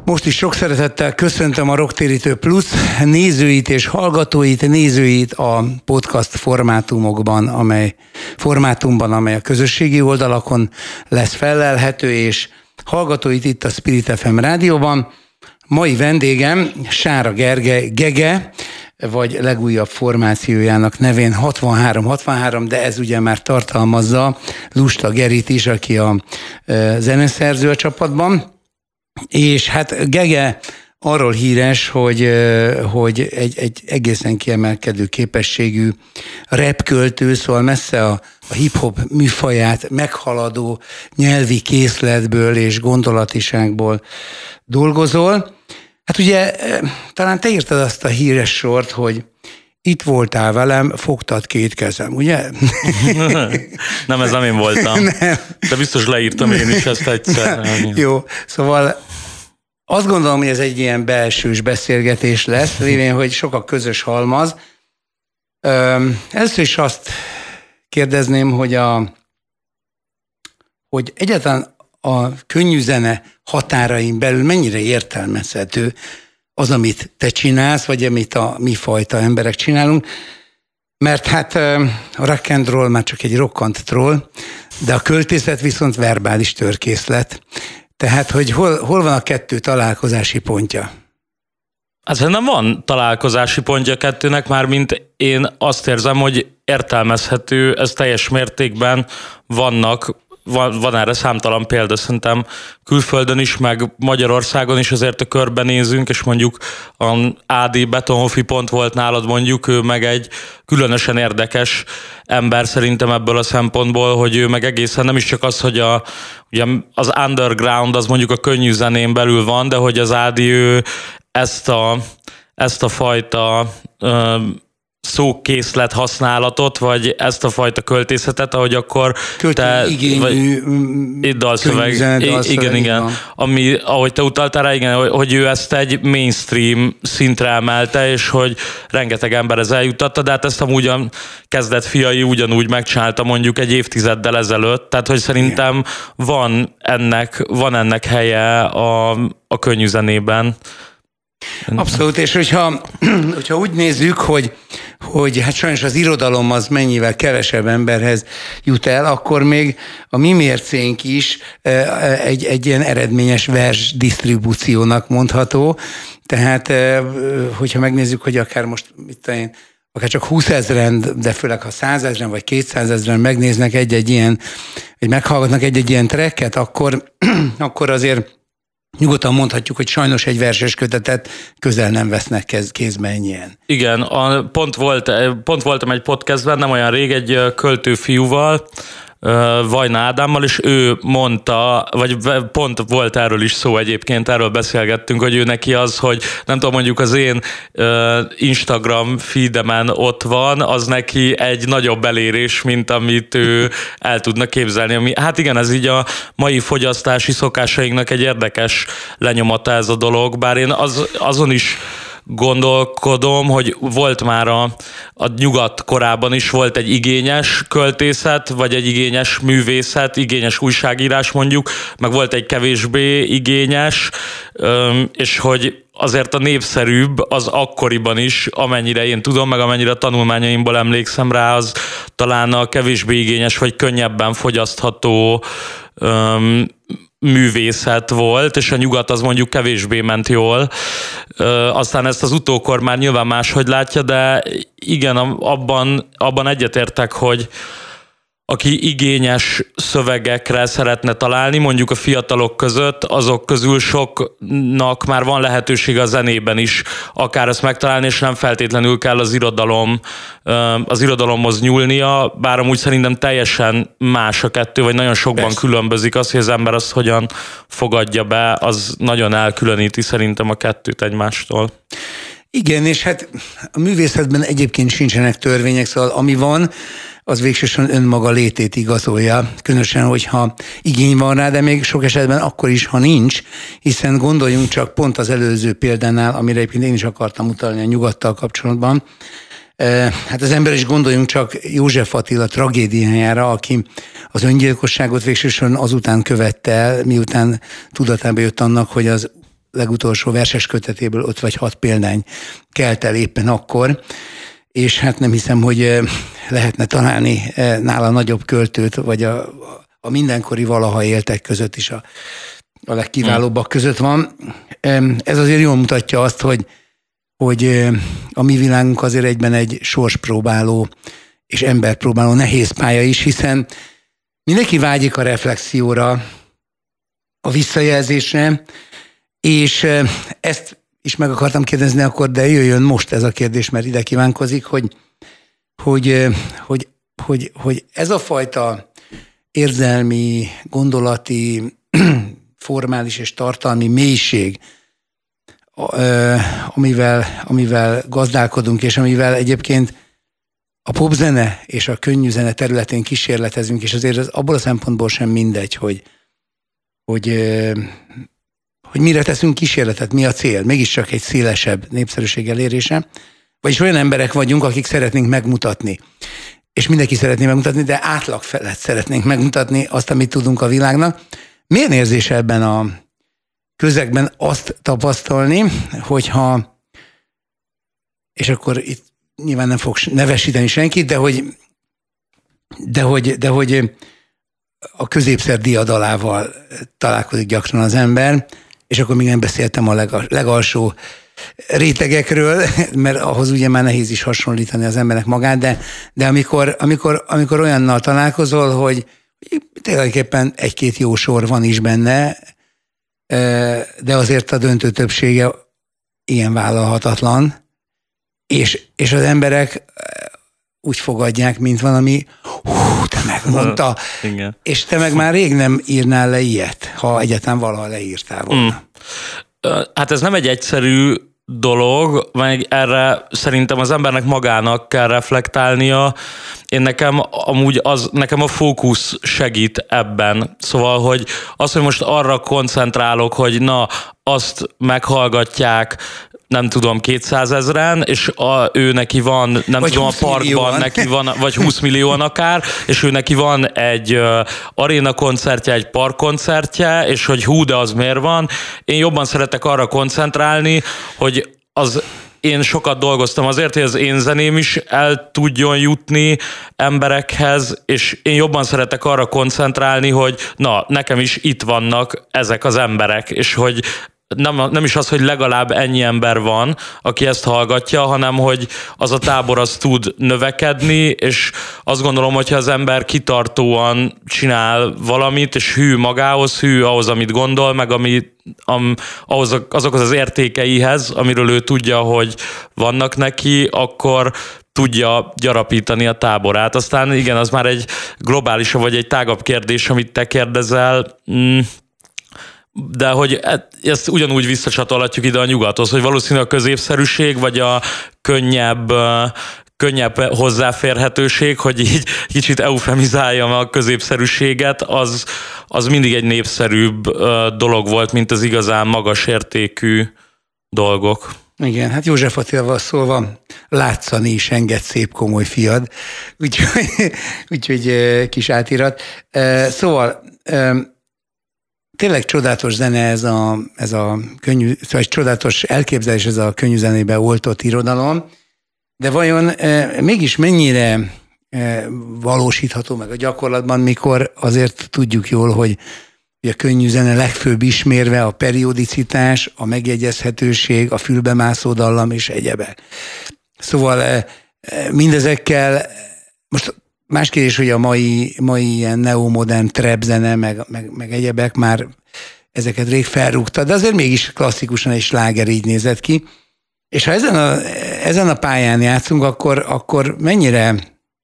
Most is sok szeretettel köszöntöm a Rocktérítő Plus nézőit és hallgatóit, nézőit a podcast formátumban, amely a közösségi oldalakon lesz fellelhető, és hallgatóit itt a Spirit FM rádióban. Mai vendégem Sára Gergely, Gege, vagy legújabb formációjának nevén 6363, de ez ugye már tartalmazza Lusta Gerit is, aki a zeneszerző a csapatban. És hát Gege arról híres, hogy egy egészen kiemelkedő képességű rapköltő, szóval messze a hip-hop műfaját meghaladó nyelvi készletből és gondolatiságból dolgozol. Hát ugye talán te írtad azt a híres sort, hogy itt voltál velem, fogtad két kezem, ugye? Nem, ez nem én voltam. Nem. De biztos leírtam én is ezt egyszer. Jó, szóval azt gondolom, hogy ez egy ilyen belsős beszélgetés lesz, lévén, hogy sok a közös halmaz. Először is azt kérdezném, hogy egyáltalán a könnyű zene határain belül mennyire értelmezhető az, amit te csinálsz, vagy amit a mi fajta emberek csinálunk. Mert hát a rock and roll már csak egy rokkant troll, de a költészet viszont verbális törkészlet. Tehát, hogy hol van a kettő találkozási pontja? Hát szerintem van találkozási pontja a kettőnek, mármint én azt érzem, hogy értelmezhető, ez teljes mértékben van erre számtalan példa, szerintem külföldön is, meg Magyarországon is azért a körben nézünk, és mondjuk a Ádi Betonhofi pont volt nálad mondjuk, ő meg egy különösen érdekes ember szerintem ebből a szempontból, hogy ő meg egészen nem is csak az, hogy ugye az underground az mondjuk a könnyű zenén belül van, de hogy az Ádi ő ezt a fajta szókészlet használatot, vagy ezt a fajta költészetet, ahogy akkor dalszöveg. Igen. Ami, ahogy te utaltál rá, igen, hogy ő ezt egy mainstream szintre emelte, és hogy rengeteg ember ez eljutatta, de hát ezt amúgy a kezdet fiai ugyanúgy megcsinálta mondjuk egy évtizeddel ezelőtt, tehát hogy szerintem van ennek helye a könnyű zenében. Abszolút, és hogyha úgy nézzük, hogy hát sajnos az irodalom az mennyivel kevesebb emberhez jut el, akkor még a mi mércénk is egy ilyen eredményes vers disztribúciónak mondható. Tehát, hogyha megnézzük, hogy akár most akár csak 20 000-en, de főleg ha 100 000-en vagy 200 000-en megnéznek vagy meghallgatnak egy ilyen tracket, akkor azért nyugodtan mondhatjuk, hogy sajnos egy verses kötetet közel nem vesznek kézbe ennyien. Igen, pont voltam egy podcastben, nem olyan rég, egy költő fiúval, Vajna Ádámmal, és ő mondta, vagy pont volt erről is szó egyébként, erről beszélgettünk, hogy ő neki az, hogy nem tudom, mondjuk az én Instagram feedemen ott van, az neki egy nagyobb elérés, mint amit ő el tudna képzelni. Hát igen, ez így a mai fogyasztási szokásainknak egy érdekes lenyomata ez a dolog, bár én azon is gondolkodom, hogy volt már a nyugat korában is volt egy igényes költészet, vagy egy igényes művészet, igényes újságírás mondjuk, meg volt egy kevésbé igényes, és hogy azért a népszerűbb az akkoriban is, amennyire én tudom, meg amennyire a tanulmányaimból emlékszem rá, az talán a kevésbé igényes, vagy könnyebben fogyasztható művészet volt, és a nyugat az mondjuk kevésbé ment jól. Aztán ezt az utókor már nyilván máshogy látja, de igen, abban egyetértek, hogy aki igényes szövegekre szeretne találni, mondjuk a fiatalok között, azok közül soknak már van lehetőség a zenében is akár ezt megtalálni, és nem feltétlenül kell az irodalomhoz nyúlnia, bár amúgy szerintem teljesen más a kettő, vagy nagyon sokban Persze. különbözik az, hogy az ember azt hogyan fogadja be, az nagyon elkülöníti szerintem a kettőt egymástól. Igen, és hát a művészetben egyébként sincsenek törvények, szóval ami van, az végsősorban önmaga létét igazolja, különösen, hogyha igény van rá, de még sok esetben akkor is, ha nincs, hiszen gondoljunk csak pont az előző példánál, amire egyébként én is akartam utalni a nyugattal kapcsolatban. Hát az ember is gondoljunk csak József Attila tragédiájára, aki az öngyilkosságot végsősorban azután követte el, miután tudatába jött annak, hogy az legutolsó verses kötetéből 5 vagy 6 példány kelt el éppen akkor, és hát nem hiszem, hogy lehetne találni nála nagyobb költőt, vagy a mindenkori valaha éltek között is a legkiválóbbak között van. Ez azért jól mutatja azt, hogy a mi világunk azért egyben egy sorspróbáló és emberpróbáló nehéz pálya is, hiszen mindenki vágyik a reflexióra, a visszajelzésre, és ezt is meg akartam kérdezni akkor, de jöjjön most ez a kérdés, mert ide kívánkozik, hogy ez a fajta érzelmi, gondolati, formális és tartalmi mélység, amivel gazdálkodunk, és amivel egyébként a popzene és a könnyű zene területén kísérletezünk, és azért ez abból a szempontból sem mindegy, hogy mire teszünk kísérletet, mi a cél, mégiscsak egy szélesebb népszerűség elérése, vagyis olyan emberek vagyunk, akik szeretnénk megmutatni, és mindenki szeretné megmutatni, de átlag felett szeretnénk megmutatni azt, amit tudunk a világnak. Milyen érzés ebben a közegben azt tapasztalni, hogyha, és akkor itt nyilván nem fog nevesíteni senkit, de hogy a középszer diadalával találkozik gyakran az ember, és akkor még nem beszéltem a legalsó rétegekről, mert ahhoz ugye már nehéz is hasonlítani az embernek magát, de amikor olyannal találkozol, hogy tulajdonképpen egy-két jó sor van is benne, de azért a döntő többsége ilyen vállalhatatlan, és az emberek úgy fogadják, mint valami, te megmondta, és te meg már rég nem írnál le ilyet, ha egyáltalán valaha leírtál volna. Hát ez nem egy egyszerű dolog, meg erre szerintem az embernek magának kell reflektálnia. Nekem a fókusz segít ebben. Szóval, hogy az, hogy most arra koncentrálok, hogy na, azt meghallgatják, nem tudom, 200 000-en, és ő neki van, nem vagy tudom, a parkban neki van, vagy 20 millióan akár, és ő neki van egy aréna koncertje, egy parkkoncertje, és hogy hú, de az miért van. Én jobban szeretek arra koncentrálni, hogy én sokat dolgoztam azért, hogy az én zeném is el tudjon jutni emberekhez, és én jobban szeretek arra koncentrálni, hogy na, nekem is itt vannak ezek az emberek, és hogy nem is az, hogy legalább ennyi ember van, aki ezt hallgatja, hanem hogy az a tábor az tud növekedni, és azt gondolom, hogyha az ember kitartóan csinál valamit, és hű magához, hű ahhoz, amit gondol, meg azokhoz az értékeihez, amiről ő tudja, hogy vannak neki, akkor tudja gyarapítani a táborát. Aztán igen, az már egy globálisabb, vagy egy tágabb kérdés, amit te kérdezel, de hogy ezt ugyanúgy visszacsatolhatjuk ide a nyugathoz, hogy valószínűleg a középszerűség, vagy a könnyebb hozzáférhetőség, hogy így kicsit eufemizáljam a középszerűséget, az mindig egy népszerűbb dolog volt, mint az igazán magas értékű dolgok. Igen, hát József Attilával szólva, látszani is enged szép komoly fiad, úgyhogy kis átirat. Szóval tényleg csodálatos zene ez a könnyű, szóval egy csodálatos elképzelés ez a könnyű zenébe oltott irodalom, de vajon mégis mennyire valósítható meg a gyakorlatban, mikor azért tudjuk jól, hogy a könnyű zene legfőbb ismérve a periodicitás, a megjegyezhetőség, a fülbemászó dallam és egyebek. Szóval mindezekkel, most más kérdés, hogy a mai ilyen neomodern trap zene, meg egyebek már ezeket rég felrúgta, de azért mégis klasszikusan egy sláger így nézett ki. És ha ezen a pályán játszunk, akkor mennyire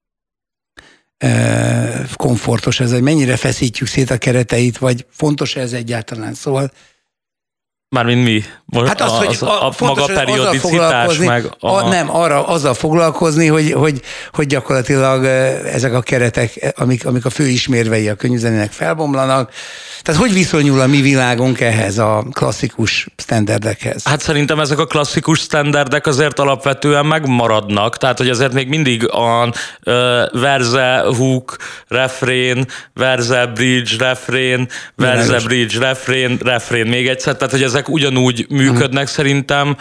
komfortos ez, vagy mennyire feszítjük szét a kereteit, vagy fontos ez egyáltalán? Szóval Mármint mi? Hát az, hogy maga periodicitás, meg... azzal foglalkozni, hogy gyakorlatilag ezek a keretek, amik a fő ismérvei a könnyű zenének felbomlanak. Tehát hogy viszonyul a mi világunk ehhez a klasszikus sztenderdekhez? Hát szerintem ezek a klasszikus sztenderdek azért alapvetően megmaradnak, tehát hogy azért még mindig a verze, hook, refrén, verze, bridge, refrén, verze, bridge, refrén, még egyszer, tehát hogy ezek ezek ugyanúgy működnek szerintem.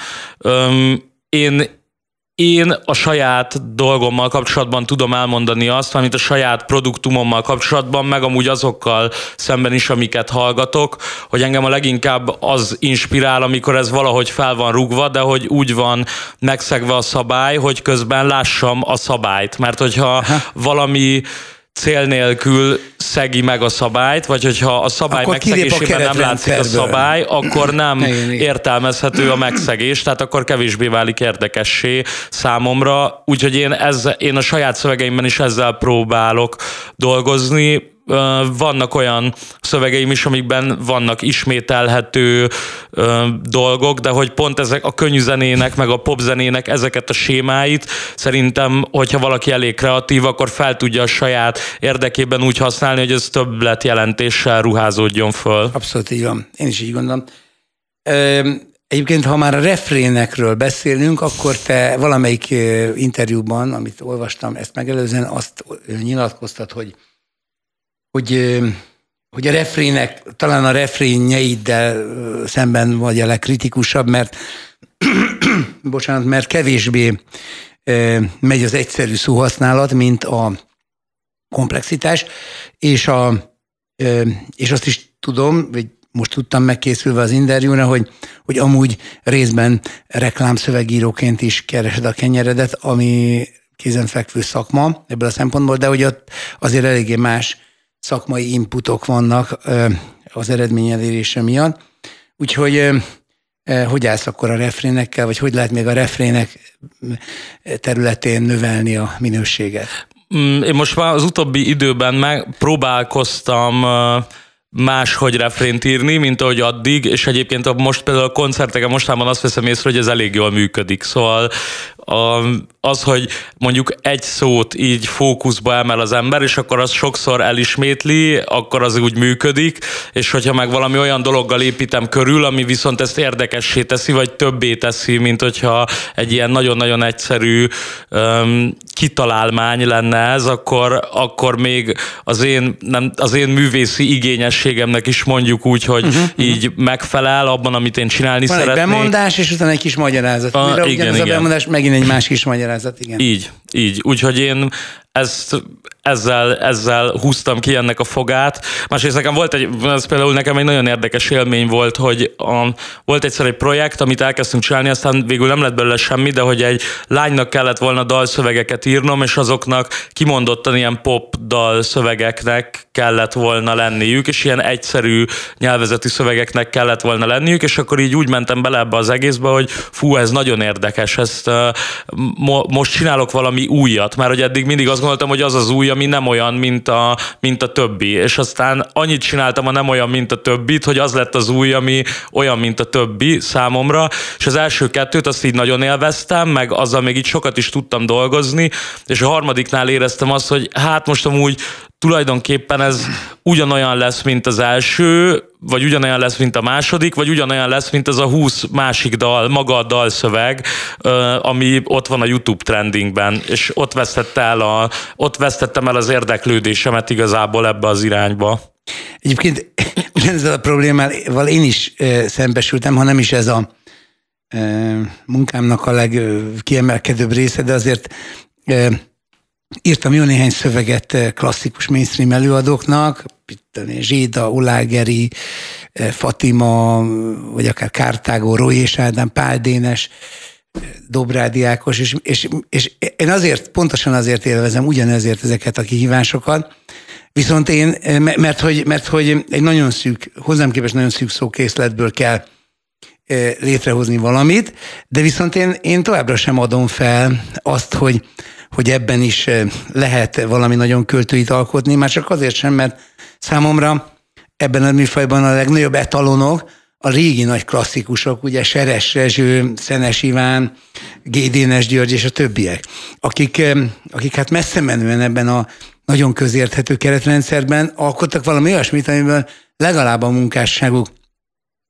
Én a saját dolgommal kapcsolatban tudom elmondani azt, amit a saját produktumommal kapcsolatban, meg amúgy azokkal szemben is, amiket hallgatok, hogy engem a leginkább az inspirál, amikor ez valahogy fel van rúgva, de hogy úgy van megszegve a szabály, hogy közben lássam a szabályt. Mert hogyha valami cél nélkül szegi meg a szabályt, vagy hogyha a szabály akkor megszegésében nem látszik a szabály, akkor nem értelmezhető a megszegés, tehát akkor kevésbé válik érdekessé számomra. Úgyhogy én a saját szövegeimben is ezzel próbálok dolgozni. Vannak olyan szövegeim is, amikben vannak ismételhető dolgok, de hogy pont ezek a könnyűzenének, meg a popzenének ezeket a sémáit szerintem, hogyha valaki elég kreatív, akkor fel tudja a saját érdekében úgy használni, hogy ez többlet jelentéssel ruházódjon föl. Abszolút így van. Én is így gondolom. Egyébként, ha már a refrénekről beszélünk, akkor te valamelyik interjúban, amit olvastam ezt megelőzően, azt nyilatkoztat, hogy a refrének, talán a refrénjeiddel szemben vagy a legkritikusabb, mert kevésbé megy az egyszerű szóhasználat, mint a komplexitás, és azt is tudom, vagy most tudtam megkészülve az interjúra, hogy amúgy részben reklámszövegíróként is keresed a kenyeredet, ami kézenfekvő szakma ebből a szempontból, de hogy ott azért eléggé más szakmai inputok vannak az eredmény elérése miatt. Úgyhogy hogy állsz akkor a refrénekkel, vagy hogy lehet még a refrének területén növelni a minőséget? Én most már az utóbbi időben megpróbálkoztam máshogy refrént írni, mint ahogy addig, és egyébként most például a koncerteken mostában azt veszem észre, hogy ez elég jól működik. Szóval az, hogy mondjuk egy szót így fókuszba emel az ember, és akkor az sokszor elismétli, akkor az úgy működik, és hogyha meg valami olyan dologgal építem körül, ami viszont ezt érdekessé teszi, vagy többé teszi, mint hogyha egy ilyen nagyon-nagyon egyszerű kitalálmány lenne ez, akkor még az én művészi igényességemnek is mondjuk úgy, hogy így megfelel abban, amit én csinálni szeretnék. Van egy bemondás, és utána egy kis magyarázat. Igen. A bemondás megint egy más kis magyarázat, igen. Így. Úgyhogy én ezzel húztam ki ennek a fogát. Másrészt ez például nekem egy nagyon érdekes élmény volt, hogy volt egyszer egy projekt, amit elkezdtünk csinálni, aztán végül nem lett belőle semmi, de hogy egy lánynak kellett volna dalszövegeket írnom, és azoknak kimondottan ilyen pop dalszövegeknek kellett volna lenniük, és ilyen egyszerű nyelvezeti szövegeknek kellett volna lenniük, és akkor így úgy mentem bele ebbe az egészbe, hogy fú, ez nagyon érdekes, ezt most csinálok valami újat, mert hogy eddig mindig azt gondoltam, hogy az új, ami nem olyan, mint a többi. És aztán annyit csináltam a nem olyan, mint a többit, hogy az lett az új, ami olyan, mint a többi számomra. És az első kettőt azt így nagyon élveztem, meg azzal még így sokat is tudtam dolgozni, és a harmadiknál éreztem azt, hogy hát most amúgy tulajdonképpen ez ugyanolyan lesz, mint az első, vagy ugyanolyan lesz, mint a második, vagy ugyanolyan lesz, mint az a 20 másik dal, maga a dalszöveg, ami ott van a YouTube trendingben, és ott vesztettem el az érdeklődésemet igazából ebbe az irányba. Egyébként ezzel a problémával én is szembesültem, ha nem is ez a munkámnak a legkiemelkedőbb része, de azért írtam jó néhány szöveget klasszikus mainstream előadóknak, Zséda, Olágeri, Fatima, vagy akár Kártágó, Rójés Ádám, Pál Dénes, Dobrádi Ákos, és én pontosan azért élvezem ugyanezért ezeket a kihívásokat, viszont én, mert hogy egy nagyon szűk, hozzám képest nagyon szűk szókészletből kell létrehozni valamit, de viszont én továbbra sem adom fel azt, hogy ebben is lehet valami nagyon költőit alkotni, már csak azért sem, mert számomra ebben a műfajban a legnagyobb etalonok a régi nagy klasszikusok, ugye Seres Rezső, Szenes Iván, G. Dénes György és a többiek, akik hát messze menően ebben a nagyon közérthető keretrendszerben alkottak valami olyasmit, amiből legalább a munkásságuk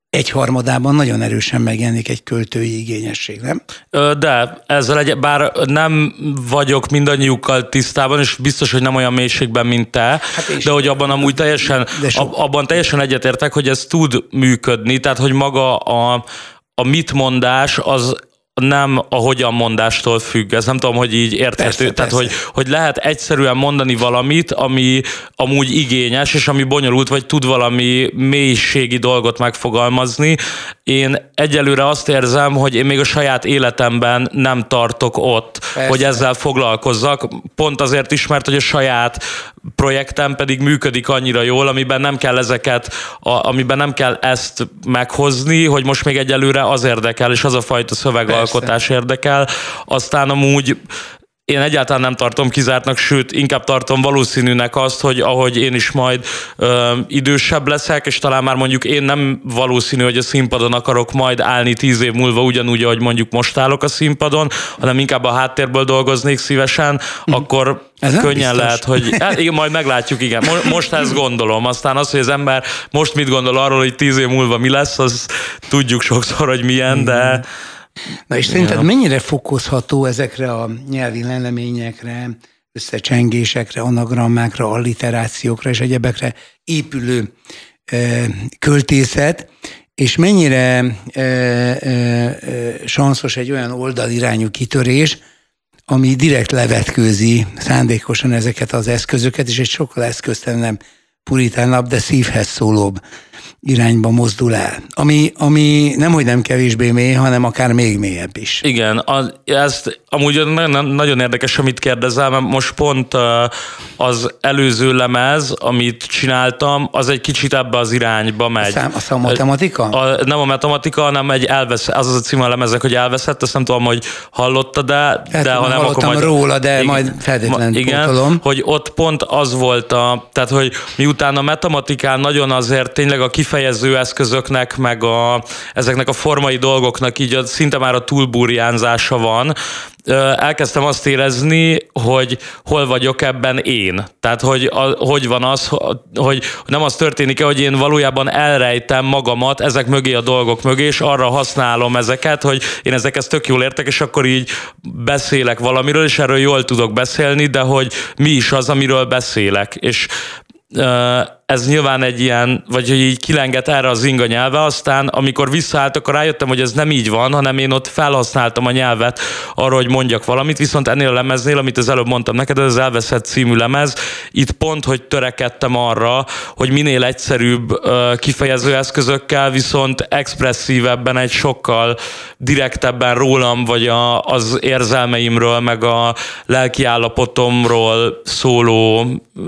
egyharmadában nagyon erősen megjelenik egy költői igényesség, nem? De ezzel bár nem vagyok mindannyiukkal tisztában, és biztos, hogy nem olyan mélységben, mint te, hát de hogy abban amúgy abban teljesen egyetértek, hogy ez tud működni, tehát hogy maga a mit mondás az nem a hogyan mondástól függ. Ez nem tudom, hogy így érthető. Tehát, hogy lehet egyszerűen mondani valamit, ami amúgy igényes, és ami bonyolult, vagy tud valami mélységi dolgot megfogalmazni. Én egyelőre azt érzem, hogy én még a saját életemben nem tartok ott, hogy ezzel foglalkozzak. Pont azért is, mert hogy a saját projektem pedig működik annyira jól, amiben nem kell amiben nem kell ezt meghozni, hogy most még egyelőre az érdekel, és az a fajta szövegalkotás érdekel. Aztán amúgy én egyáltalán nem tartom kizártnak, sőt, inkább tartom valószínűnek azt, hogy ahogy én is majd idősebb leszek, és talán már mondjuk én nem valószínű, hogy a színpadon akarok majd állni 10 év múlva ugyanúgy, ahogy mondjuk most állok a színpadon, hanem inkább a háttérből dolgoznék szívesen, akkor könnyen lehet, hogy igen, majd meglátjuk, igen. Most ezt gondolom. Aztán az, hogy az ember most mit gondol arról, hogy 10 év múlva mi lesz, az tudjuk sokszor, hogy milyen, de... Na és szerinted mennyire fokozható ezekre a nyelvi leleményekre, összecsengésekre, anagrammákra, alliterációkra és egyebekre épülő költészet, és mennyire sanszos egy olyan oldalirányú kitörés, ami direkt levetkőzi szándékosan ezeket az eszközöket, és egy sokkal eszköztelenebb, puritánabb, de szívhez szólóbb irányba mozdul el. Ami nemhogy nem kevésbé mély, hanem akár még mélyebb is. Igen, ezt amúgy nagyon érdekes, amit kérdezel, mert most pont az előző lemez, amit csináltam, az egy kicsit ebbe az irányba megy. A matematika? Nem a matematika, hanem az a cím a lemeznek, hogy elveszett, azt nem tudom, hogy hallottad, de ha nem, akkor majd... róla, de majd feltétlenül pótolom. Hogy ott pont az volt tehát, hogy miután a matematikán nagyon azért tényleg a kifejező eszközöknek, meg ezeknek a formai dolgoknak így szinte már a túlburjánzása van, elkezdtem azt érezni, hogy hol vagyok ebben én. Tehát, hogy van az, hogy nem az történik-e, hogy én valójában elrejtem magamat ezek mögé a dolgok mögé, és arra használom ezeket, hogy én ezekhez tök jól értek, és akkor így beszélek valamiről, és erről jól tudok beszélni, de hogy mi is az, amiről beszélek. És ez nyilván egy ilyen, vagy hogy így kilengett erre az inga nyelve, aztán amikor visszaállt, akkor rájöttem, hogy ez nem így van, hanem én ott felhasználtam a nyelvet arra, hogy mondjak valamit, viszont ennél a lemeznél, amit az előbb mondtam neked, ez az Elveszett című lemez, itt pont, hogy törekedtem arra, hogy minél egyszerűbb kifejező eszközökkel, viszont expresszívebben, egy sokkal direktebben rólam, vagy az érzelmeimről, meg a lelkiállapotomról szóló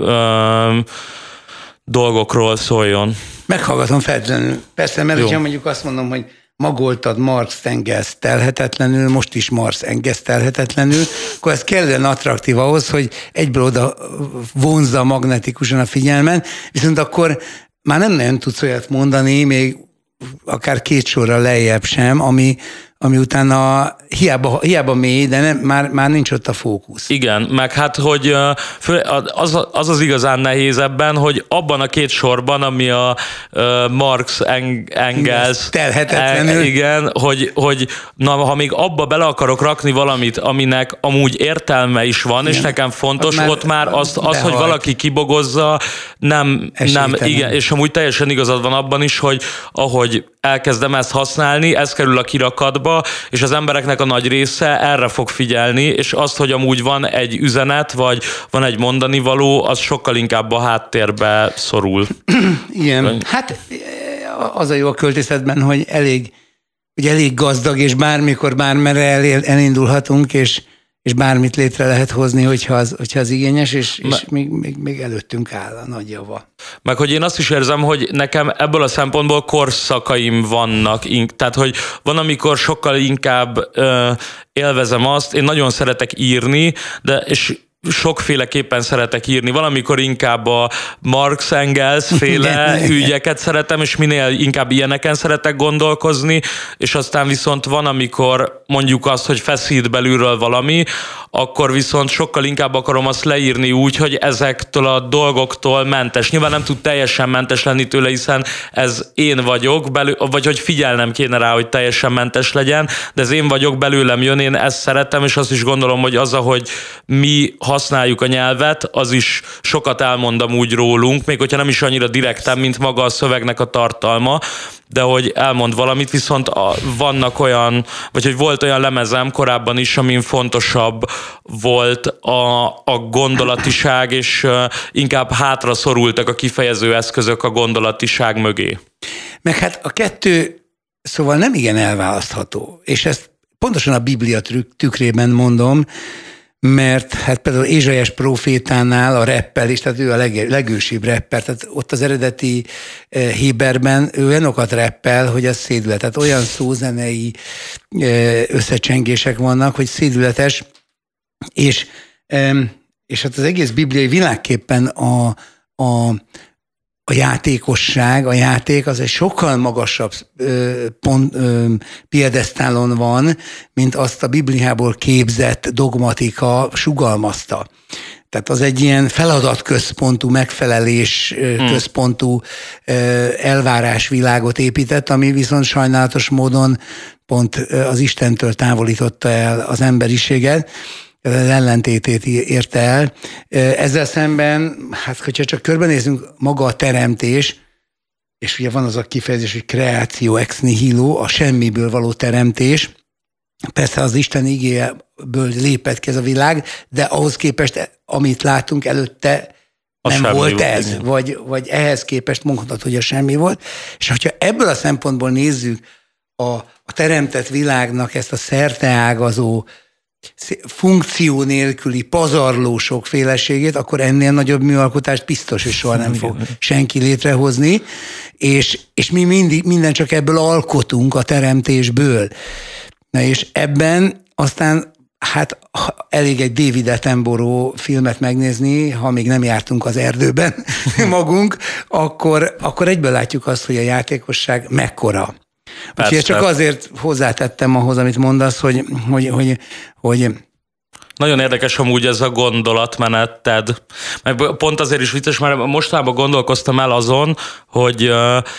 dolgokról szóljon. Meghallgatom feltétlenül. Persze, mert ha mondjuk azt mondom, hogy magoltad Marx Engels telhetetlenül, most is Marx Engels telhetetlenül, akkor ez kellene attraktív ahhoz, hogy egyből oda vonzza magnetikusan a figyelmen, viszont akkor már nem nagyon tudsz olyat mondani, még akár 2 sorra lejjebb sem, ami utána hiába mély, de már nincs ott a fókusz. Igen, meg hát, hogy az igazán nehéz ebben, hogy abban a 2 sorban, ami a Marx Engels telhetetlenül. Igen, hogy ha még abba bele akarok rakni valamit, aminek amúgy értelme is van, igen, és nekem fontos, ott már az, hogy valaki kibogozza, nem igen, és amúgy teljesen igazad van abban is, hogy ahogy elkezdem ezt használni, ez kerül a kirakatba, és az embereknek a nagy része erre fog figyelni, és azt, hogy amúgy van egy üzenet, vagy van egy mondani való, az sokkal inkább a háttérbe szorul. Igen, hát az a jó a költészetben, hogy elég gazdag, és bármikor, bármerre elindulhatunk, és bármit létre lehet hozni, hogyha az igényes, és még előttünk áll a nagy java. Meg hogy én azt is érzem, hogy nekem ebből a szempontból korszakaim vannak. Tehát, hogy van, amikor sokkal inkább élvezem azt, én nagyon szeretek írni, és sokféleképpen szeretek írni. Valamikor inkább a Marx Engels féle ügyeket szeretem, és minél inkább ilyeneken szeretek gondolkozni, és aztán viszont van, amikor mondjuk azt, hogy feszít belülről valami, akkor viszont sokkal inkább akarom azt leírni úgy, hogy ezektől a dolgoktól mentes. Nyilván nem tud teljesen mentes lenni tőle, hiszen ez én vagyok, vagy hogy figyelnem kéne rá, hogy teljesen mentes legyen, de ez én vagyok, belőlem jön, én ezt szeretem, és azt is gondolom, hogy az, ahogy mi használjuk a nyelvet, az is sokat elmondom úgy rólunk, még hogyha nem is annyira direkten, mint maga a szövegnek a tartalma, de hogy elmond valamit, viszont vannak olyan, vagy hogy volt olyan lemezem korábban is, amin fontosabb volt a gondolatiság, és inkább hátra szorultak a kifejező eszközök a gondolatiság mögé. Meg hát a kettő szóval nem igen elválasztható, és ezt pontosan a Biblia tükrében mondom, mert hát például Ézsaiás prófétánál a reppel is, tehát ő a legősibb repper, tehát ott az eredeti héberben ő olyanokat reppel, hogy az szédület. Tehát olyan szózenei összecsengések vannak, hogy szédületes, és hát az egész bibliai világképpen a játékosság, a játék az egy sokkal magasabb piedesztálon van, mint azt a Bibliából képzett dogmatika sugalmazta. Tehát az egy ilyen feladatközpontú, megfelelés központú elvárásvilágot épített, ami viszont sajnálatos módon pont az Istentől távolította el az emberiséget, az ellentétét érte el. Ezzel szemben, hát hogyha csak körbenézünk, maga a teremtés, és ugye van az a kifejezés, hogy creatio ex nihilo, a semmiből való teremtés, persze az Isten igéjéből lépett ki ez a világ, de ahhoz képest, amit látunk előtte, nem volt ez, vagy ehhez képest mondhatod, hogy a semmi volt. És hogyha ebből a szempontból nézzük a teremtett világnak ezt a szerteágazó, funkció nélküli pazarló sokféleségét, akkor ennél nagyobb műalkotást biztos, hogy soha nem fog senki létrehozni, és mi minden csak ebből alkotunk a teremtésből. Na és ebben aztán hát elég egy David Attenborough filmet megnézni, ha még nem jártunk az erdőben magunk, akkor egyből látjuk azt, hogy a játékosság mekkora. Úgyhogy csak azért hozzátettem ahhoz, amit mondasz, hogy nagyon érdekes amúgy ez a gondolatmeneted. Meg pont azért is vicces, mert mostában gondolkoztam el azon, hogy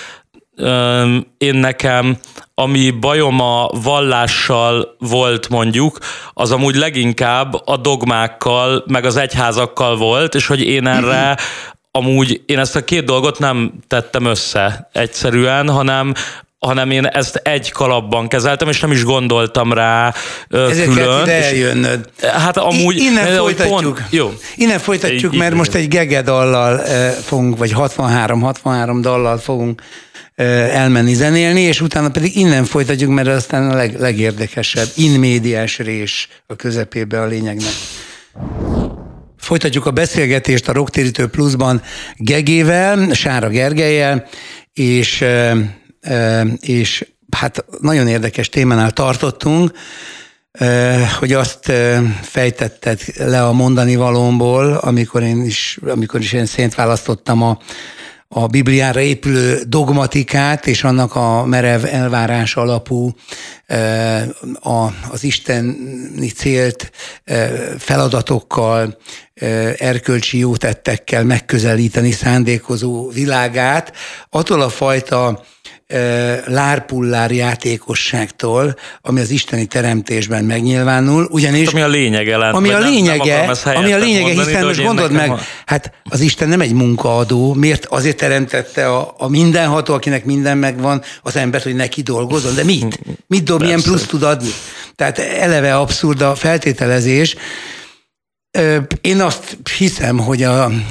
én nekem, ami bajom a vallással volt mondjuk, az amúgy leginkább a dogmákkal, meg az egyházakkal volt, és hogy én erre amúgy, én ezt a két dolgot nem tettem össze egyszerűen, hanem én ezt egy kalapban kezeltem, és nem is gondoltam rá ezért külön. Ezért kell eljönnöd. Hát amúgy... Innen folytatjuk, mert most egy gegedallal fogunk, vagy 63 dallal fogunk elmenni zenélni, és utána pedig innen folytatjuk, mert aztán a legérdekesebb, in medias res a közepébe a lényegnek. Folytatjuk a beszélgetést a Rocktérítő Pluszban Gegével, Sára Gergellyel, és hát nagyon érdekes témánál tartottunk, hogy azt fejtetted le a mondani valómból, amikor is én szétválasztottam a Bibliára épülő dogmatikát, és annak a merev elvárás alapú az isteni célt feladatokkal, erkölcsi jótettekkel megközelíteni szándékozó világát, attól a fajta lárpullár játékosságtól, ami az isteni teremtésben megnyilvánul, ugyanis... Ami a lényege lenne. Ami a lényege, hiszen most gondold meg, hát az Isten nem egy munkaadó, miért azért teremtette a mindenható, akinek minden megvan, az embert, hogy neki dolgozzon, de mit? Mit dob, milyen plusz tud adni? Tehát eleve abszurd a feltételezés. Én azt hiszem, hogy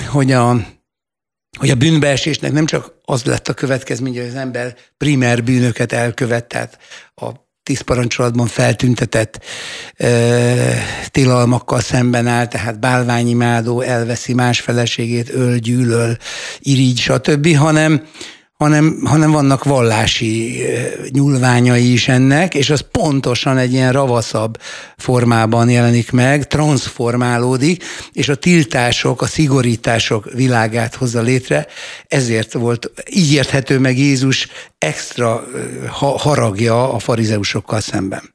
a bűnbeesésnek nem csak az lett a következménye, hogy az ember primer bűnöket elkövet, tehát a 10 parancsolatban feltüntetett tilalmakkal szemben áll, tehát bálványimádó, elveszi más feleségét, öl, gyűlöl, irigy, stb., hanem hanem vannak vallási nyúlványai is ennek, és az pontosan egy ilyen ravaszabb formában jelenik meg, transformálódik, és a tiltások, a szigorítások világát hozza létre. Ezért volt, így érthető meg Jézus extra haragja a farizeusokkal szemben.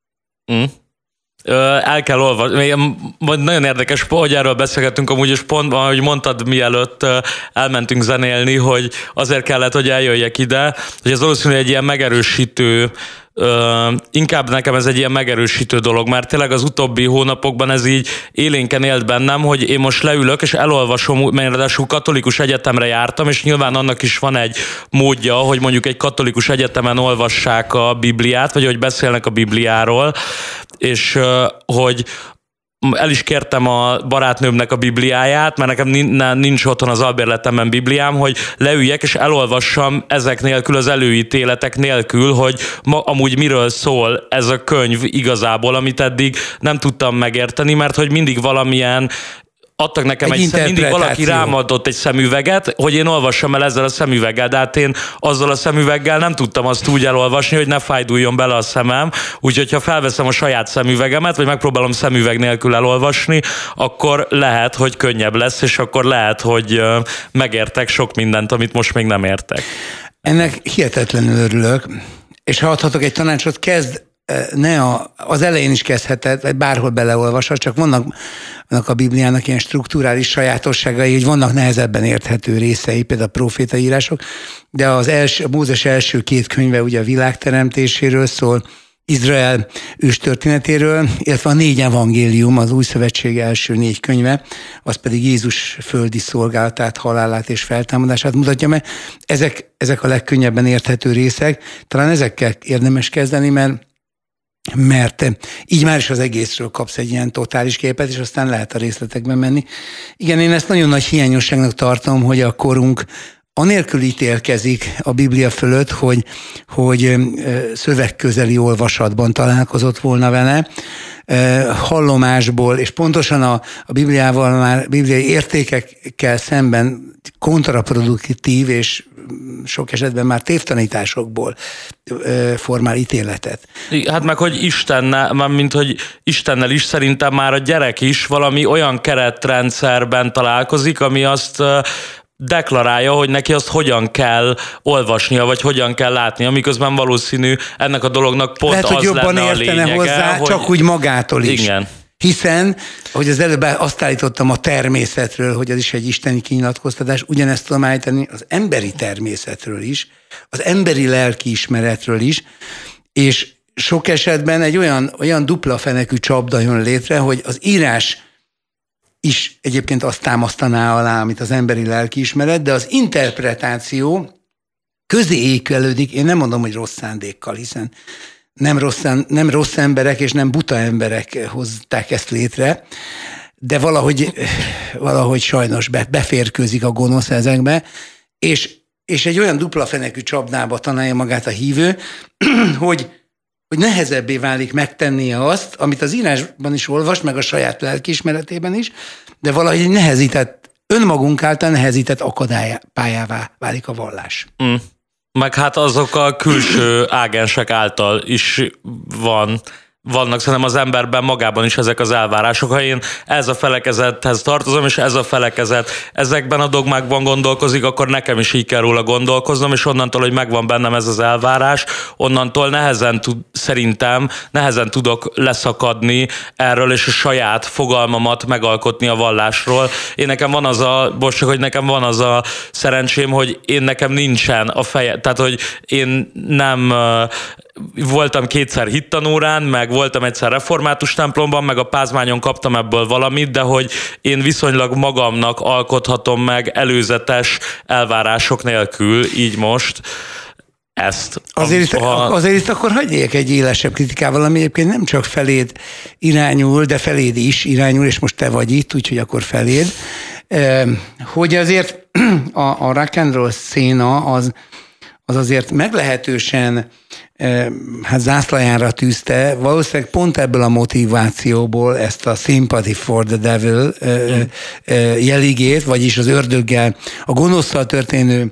El kell olvasni. Nagyon érdekes, hogy erről beszélgettünk amúgy, és pont, ahogy mondtad, mielőtt elmentünk zenélni, hogy azért kellett, hogy eljöjjek ide, hogy ez valószínűleg egy ilyen megerősítő, inkább nekem ez egy ilyen megerősítő dolog, mert tényleg az utóbbi hónapokban ez így élénken élt bennem, hogy én most leülök és elolvasom, mert ráadásul katolikus egyetemre jártam, és nyilván annak is van egy módja, hogy mondjuk egy katolikus egyetemen olvassák a Bibliát, vagy hogy beszélnek a Bibliáról, és hogy el is kértem a barátnőmnek a Bibliáját, mert nekem nincs otthon az albérletemben Bibliám, hogy leüljek és elolvassam ezek nélkül, az előítéletek nélkül, hogy amúgy miről szól ez a könyv igazából, amit eddig nem tudtam megérteni, mert hogy mindig valamilyen adtak nekem mindig valaki rám adott egy szemüveget, hogy én olvassam el ezzel a szemüveggel, de hát én azzal a szemüveggel nem tudtam azt úgy elolvasni, hogy ne fájduljon bele a szemem, úgyhogy ha felveszem a saját szemüvegemet, vagy megpróbálom szemüveg nélkül elolvasni, akkor lehet, hogy könnyebb lesz, és akkor lehet, hogy megértek sok mindent, amit most még nem értek. Ennek hihetetlenül örülök, és ha adhatok egy tanácsot, kezd az elején is kezdheted, vagy bárhol beleolvasod, csak vannak a Bibliának ilyen strukturális sajátosságai, hogy vannak nehezebben érthető részei, például a profétaírások, de a Mózes első 2 könyve ugye a világ teremtéséről szól, Izrael őstörténetéről, illetve a 4 evangélium, az Új Szövetség első 4 könyve, az pedig Jézus földi szolgálatát, halálát és feltámadását mutatja meg. Ezek a legkönnyebben érthető részek. Talán ezekkel érdemes kezdeni, mert így már is az egészről kapsz egy ilyen totális képet, és aztán lehet a részletekben menni. Igen, én ezt nagyon nagy hiányosságnak tartom, hogy a korunk anélkül ítélkezik a Biblia fölött, hogy szövegközeli olvasatban találkozott volna vele, hallomásból, és pontosan a Bibliával már bibliai értékekkel szemben kontraproduktív és sok esetben már tévtanításokból formál ítéletet. Hát meg, hogy Istennel is szerintem már a gyerek is valami olyan keretrendszerben találkozik, ami azt deklarálja, hogy neki azt hogyan kell olvasnia, vagy hogyan kell látnia, miközben valószínű ennek a dolognak pont lehet, az lenne a lényege. Lehet, hogy jobban értene hozzá, hogy... csak úgy magától is. Igen. Hiszen, ahogy az előbb azt állítottam a természetről, hogy az is egy isteni kinyilatkoztatás, ugyanezt tudom állítani az emberi természetről is, az emberi lelkiismeretről is, és sok esetben egy olyan dupla fenekű csapda jön létre, hogy az írás is egyébként azt támasztaná alá, amit az emberi lelkiismeret, de az interpretáció közé ékelődik, én nem mondom, hogy rossz szándékkal, hiszen nem rossz emberek és nem buta emberek hozták ezt létre, de valahogy sajnos beférkőzik a gonosz ezekbe, és egy olyan dupla fenekű csapdába találja magát a hívő, hogy nehezebbé válik megtennie azt, amit az írásban is olvas, meg a saját lelkiismeretében is, de valahogy önmagunk által nehezített akadálypályává válik a vallás. Meg hát azok a külső ágensek által is vannak szerintem az emberben magában is ezek az elvárások. Ha én ez a felekezethez tartozom, és ez a felekezet ezekben a dogmákban gondolkozik, akkor nekem is így kell róla gondolkoznom, és onnantól, hogy megvan bennem ez az elvárás, onnantól nehezen tudok leszakadni erről, és a saját fogalmamat megalkotni a vallásról. Nekem van az a szerencsém, hogy nekem nincsen a feje, tehát hogy én nem voltam 2-szer hittanórán, meg voltam egyszer református templomban, meg a Pázmányon kaptam ebből valamit, de hogy én viszonylag magamnak alkothatom meg előzetes elvárások nélkül, így most ezt. Azért itt akkor hagyjék egy élesebb kritikával, ami egyébként nem csak feléd irányul, de feléd is irányul, és most te vagy itt, úgyhogy akkor feléd, hogy azért a rock and roll széna az azért meglehetősen zászlajára tűzte, valószínűleg pont ebből a motivációból ezt a sympathy for the devil jeligét, vagyis az ördöggel, a gonoszszal történő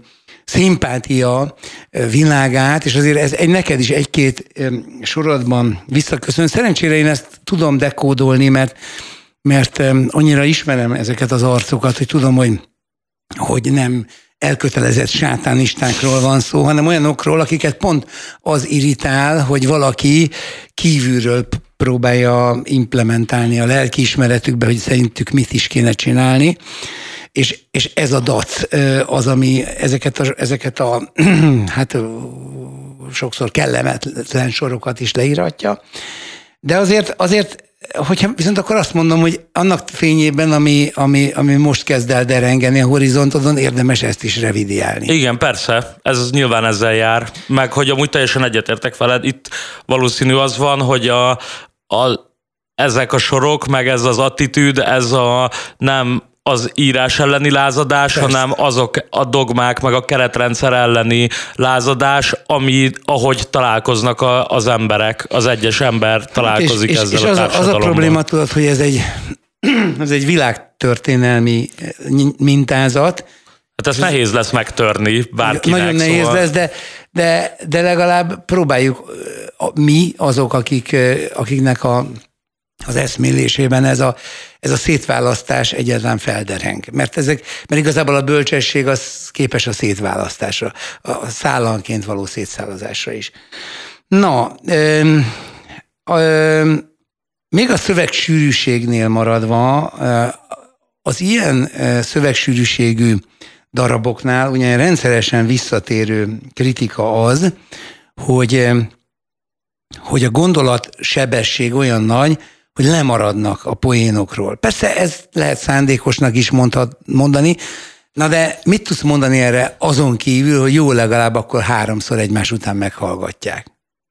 szimpátia világát, és azért ez neked is egy-két sorodban visszaköszön. Szerencsére én ezt tudom dekódolni, mert annyira ismerem ezeket az arcokat, hogy tudom, hogy nem elkötelezett sátánistákról van szó, hanem olyanokról, akiket pont az irritál, hogy valaki kívülről próbálja implementálni a lelkiismeretükbe, hogy szerintük mit is kéne csinálni. És ez a dac az, ami ezeket a hát sokszor kellemetlen sorokat is leíratja. De azért, hogyha viszont akkor azt mondom, hogy annak fényében, ami most kezd el derengeni a horizontodon, érdemes ezt is revidiálni. Igen, persze, ez nyilván ezzel jár, meg hogy amúgy teljesen egyetértek veled, itt valószínű az van, hogy ezek a sorok, meg ez az attitűd, ez nem az írás elleni lázadás, persze, hanem azok a dogmák, meg a keretrendszer elleni lázadás, ahogy találkoznak az emberek, az egyes ember találkozik ezzel a társadalommal. És az a probléma, tudod, hogy ez egy világtörténelmi mintázat. Hát ezt nehéz lesz megtörni bárkinek. Nagyon nehéz lesz, de legalább próbáljuk mi azok, akiknek az eszmélésében ez a szétválasztás egyáltalán feldereng. Mert igazából a bölcsesség az képes a szétválasztásra, a szállanként való szétszálazásra is. Na, még a szövegsűrűségnél maradva, az ilyen szövegsűrűségű daraboknál ugye rendszeresen visszatérő kritika az, hogy a gondolat sebesség olyan nagy, hogy lemaradnak a poénokról. Persze ez lehet szándékosnak is mondani, na de mit tudsz mondani erre azon kívül, hogy jó, legalább akkor 3-szor egymás után meghallgatják?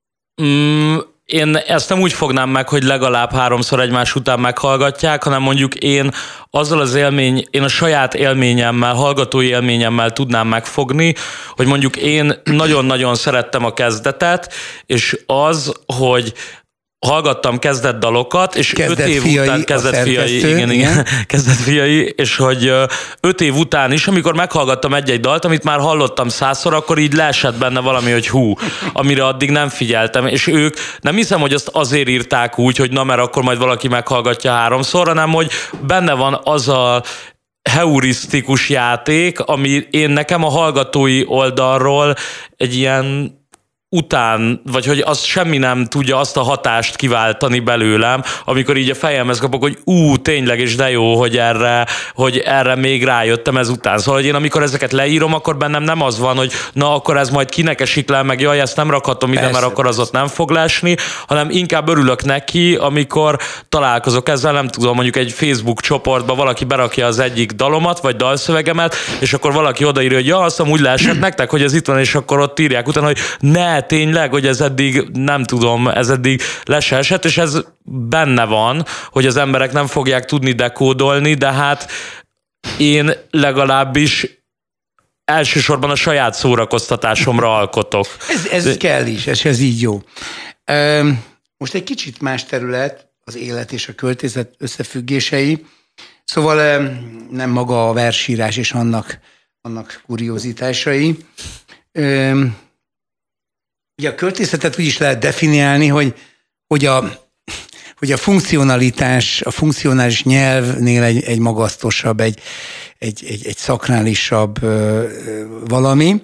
Én ezt nem úgy fognám meg, hogy legalább 3-szor egymás után meghallgatják, hanem mondjuk én a saját élményemmel, hallgatói élményemmel tudnám megfogni, hogy mondjuk én nagyon-nagyon szerettem a kezdetet, és az, hogy hallgattam kezdetdalokat, és 5 év után kezdetfiai, és hogy 5 év után is, amikor meghallgattam egy-egy dalt, amit már hallottam 100-szor, akkor így leesett benne valami, hogy amire addig nem figyeltem, és ők nem hiszem, hogy azt azért írták úgy, hogy na, mert akkor majd valaki meghallgatja 3-szor, hanem hogy benne van az a heurisztikus játék, ami nekem a hallgatói oldalról egy ilyen vagy hogy az semmi nem tudja azt a hatást kiváltani belőlem, amikor így a fejemhez kapok, hogy tényleg, és de jó, hogy erre még rájöttem ezután. Szóval, hogy én amikor ezeket leírom, akkor bennem nem az van, hogy na, akkor ez majd kinek esik le, meg jaj, ezt nem rakhatom ide, persze, mert akkor az ott nem fog leesni, hanem inkább örülök neki, amikor találkozok ezzel, nem tudom, mondjuk egy Facebook csoportba valaki berakja az egyik dalomat, vagy dalszövegemet, és akkor valaki odaírja, hogy ja, azt úgy leesett nektek, hogy ez itt van, és akkor ott írják utána, hogy ne, tényleg, hogy ez eddig, nem tudom, ez eddig le se esett, és ez benne van, hogy az emberek nem fogják tudni dekódolni, de hát én legalábbis elsősorban a saját szórakoztatásomra alkotok. Ez kell is, ez így jó. Most egy kicsit más terület, az élet és a költészet összefüggései, szóval nem maga a versírás és annak kuriózitásai. Ugye a költészetet úgy is lehet definiálni, hogy a funkcionalitás, a funkcionális nyelvnél egy magasztosabb, egy szakrálisabb valami.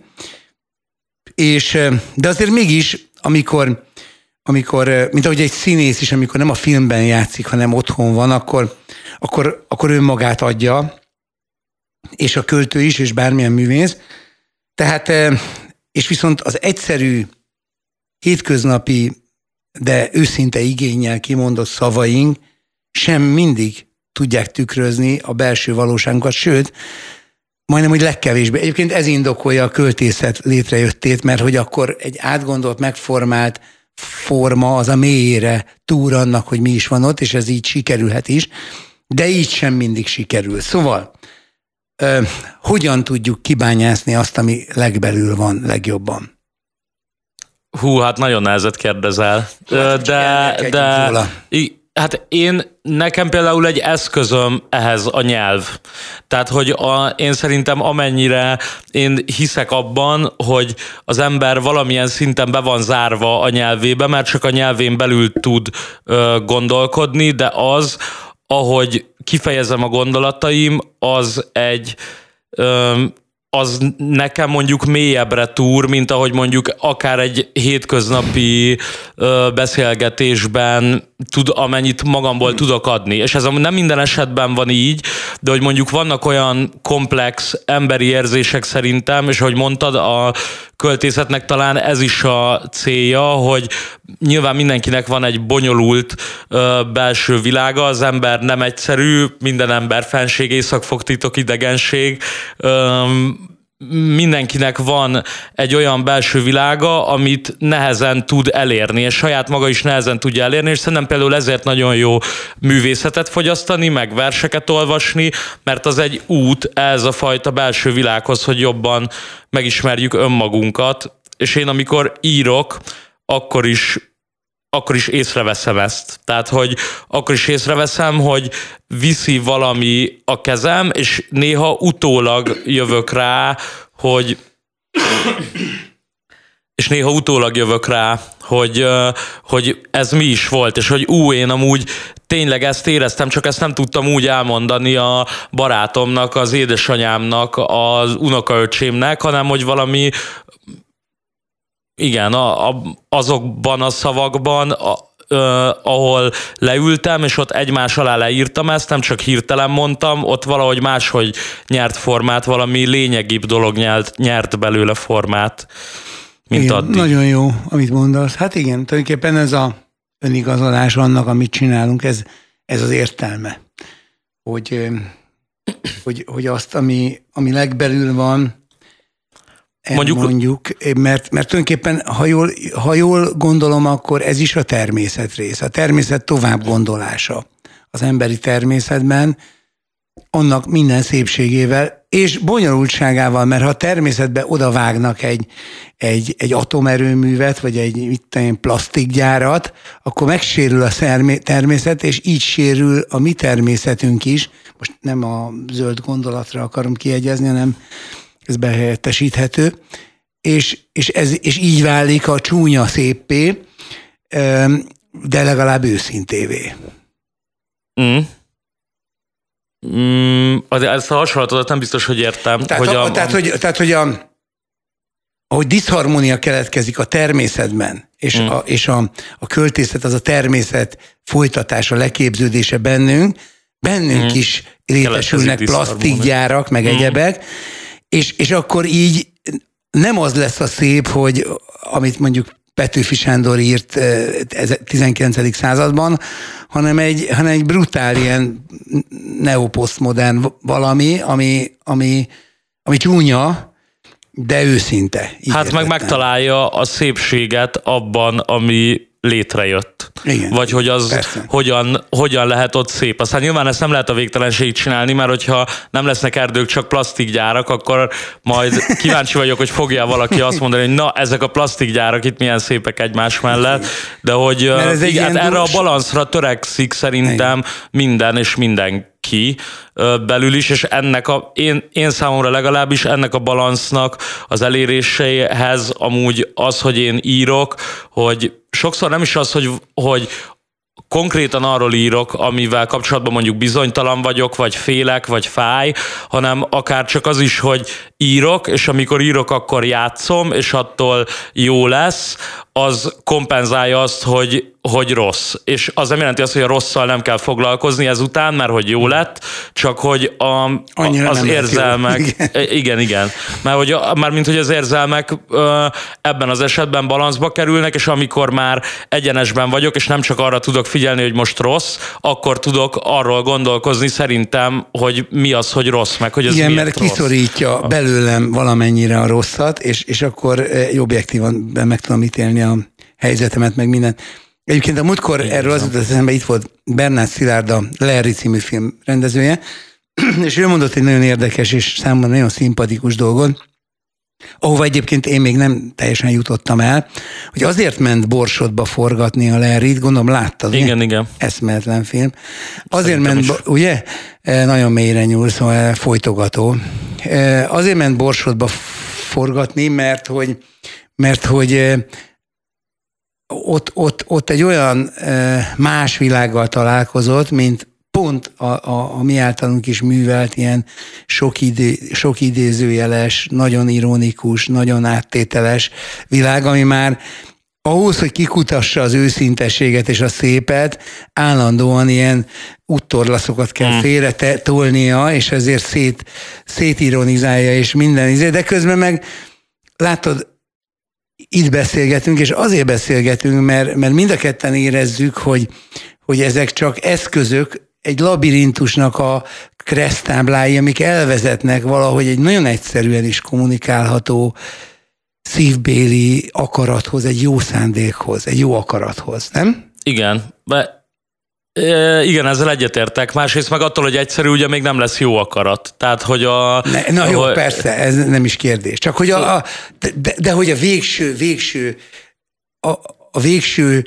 De azért mégis, amikor, mint ahogy egy színész is, amikor nem a filmben játszik, hanem otthon van, akkor önmagát adja, és a költő is, és bármilyen művész. Tehát, és viszont az egyszerű, hétköznapi, de őszinte igénnyel kimondott szavaink sem mindig tudják tükrözni a belső valóságunkat, sőt, majdnem, hogy legkevésbé. Egyébként ez indokolja a költészet létrejöttét, mert hogy akkor egy átgondolt, megformált forma az a mélyére túr annak, hogy mi is van ott, és ez így sikerülhet is, de így sem mindig sikerül. Szóval, hogyan tudjuk kibányászni azt, ami legbelül van legjobban? Hát nagyon nehezet kérdezel, de Hát nekem például egy eszközöm ehhez a nyelv. Tehát, hogy én szerintem amennyire én hiszek abban, hogy az ember valamilyen szinten be van zárva a nyelvébe, mert csak a nyelvén belül tud gondolkodni, de az, ahogy kifejezem a gondolataim, az nekem mondjuk mélyebbre túr, mint ahogy mondjuk akár egy hétköznapi beszélgetésben amennyit magamból tudok adni. És ez nem minden esetben van így, de hogy mondjuk vannak olyan komplex emberi érzések szerintem, és ahogy mondtad, a költészetnek talán ez is a célja, hogy nyilván mindenkinek van egy bonyolult belső világa, az ember nem egyszerű, minden ember fenség, északfogtitok, idegenség, mindenkinek van egy olyan belső világa, amit nehezen tud elérni, és saját maga is nehezen tudja elérni, és szerintem például ezért nagyon jó művészetet fogyasztani, meg verseket olvasni, mert az egy út ez a fajta belső világhoz, hogy jobban megismerjük önmagunkat, és én amikor írok, akkor is észreveszem ezt. Tehát, hogy akkor is észreveszem, hogy viszi valami a kezem, és néha utólag jövök rá, hogy ez mi is volt, és hogy én amúgy tényleg ezt éreztem, csak ezt nem tudtam úgy elmondani a barátomnak, az édesanyámnak, az unokaöcsémnek, hanem hogy valami igen, azokban a szavakban, ahol leültem, és ott egymás alá leírtam ezt, nem csak hirtelen mondtam, ott valahogy máshogy nyert formát, valami lényegibb dolog nyert belőle formát, mint igen, addig. Nagyon jó, amit mondasz. Hát igen, tulajdonképpen ez a önigazolás annak, amit csinálunk, ez az értelme. Hogy azt, ami legbelül van, mondjuk, mert tulajdonképpen, ha jól gondolom, akkor ez is a természet rész. A természet tovább gondolása az emberi természetben, annak minden szépségével és bonyolultságával, mert ha a természetbe odavágnak egy atomerőművet, vagy egy plastikgyárat, akkor megsérül a természet, és így sérül a mi természetünk is. Most nem a zöld gondolatra akarom kiegyezni, hanem ez behelyettesíthető, és így válik a csúnya széppé, de legalább őszintévé. Ezt a hasonlatodat nem biztos, hogy értem. Ahogy diszharmónia keletkezik a természetben, és a költészet az a természet folytatása, leképződése bennünk is létesülnek plastikgyárak, meg egyebek, és akkor így nem az lesz a szép, hogy amit mondjuk Petőfi Sándor írt 19. században, hanem egy brutál ilyen neoposztmodern valami, ami csúnya, de őszinte. Hát meg megtalálja a szépséget abban, ami létrejött. Igen, vagy hogy az hogyan lehet ott szép. Aztán nyilván ezt nem lehet a végtelenségig csinálni, mert hogyha nem lesznek erdők, csak plastikgyárak, akkor majd kíváncsi vagyok, hogy fogja valaki azt mondani, hogy na, ezek a plastikgyárak itt milyen szépek egymás mellett, de hogy igen, erre a balanszra törekszik szerintem minden és mindenki belül is, és én számomra legalábbis ennek a balansznak az eléréséhez amúgy az, hogy én írok, hogy sokszor nem is az, hogy konkrétan arról írok, amivel kapcsolatban mondjuk bizonytalan vagyok, vagy félek, vagy fáj, hanem akár csak az is, hogy írok, és amikor írok, akkor játszom, és attól jó lesz, az kompenzálja azt, hogy rossz. És az nem jelenti azt, hogy a rosszal nem kell foglalkozni ezután, mert hogy jó lett, csak hogy az érzelmek... Igen. Mármint, hogy az érzelmek ebben az esetben balanszba kerülnek, és amikor már egyenesben vagyok, és nem csak arra tudok figyelni, hogy most rossz, akkor tudok arról gondolkozni szerintem, hogy mi az, hogy rossz, meg hogy ez igen, miért mert rossz. kiszorítja belőlem valamennyire a rosszat, és akkor objektívan meg tudom ítélni a helyzetemet, meg mindent. Egyébként a múltkor erről az jutott eszembe, itt volt Bernát Szilárd, a Larry című film rendezője, és ő mondott egy nagyon érdekes és számomra nagyon szimpatikus dolgot, ahova egyébként én még nem teljesen jutottam el, hogy azért ment Borsodba forgatni a Larryt, gondolom láttad, igen, ugye? Igen. Eszméletlen film. Azért ment, ugye? Nagyon mélyre nyúl, szóval folytogató. Azért ment Borsodba forgatni, mert hogy ott egy olyan más világgal találkozott, mint pont a mi általunk is művelt ilyen sok idézőjeles, nagyon ironikus, nagyon áttételes világ, ami már ahhoz, hogy kikutassa az őszintességet és a szépet, állandóan ilyen úttorlaszokat kell félre tolnia, és ezért szétironizálja és minden. De közben meg látod, itt beszélgetünk, és azért beszélgetünk, mert mind a ketten érezzük, hogy ezek csak eszközök, egy labirintusnak a kereszttáblái, amik elvezetnek valahogy egy nagyon egyszerűen is kommunikálható szívbéli akarathoz, egy jó szándékhoz, egy jó akarathoz, nem? Igen, igen, ezzel egyetértek. Másrészt meg attól, hogy egyszerű, ugye még nem lesz jó akarat. Tehát, hogy jó, persze, ez nem is kérdés. Csak, hogy de hogy a végső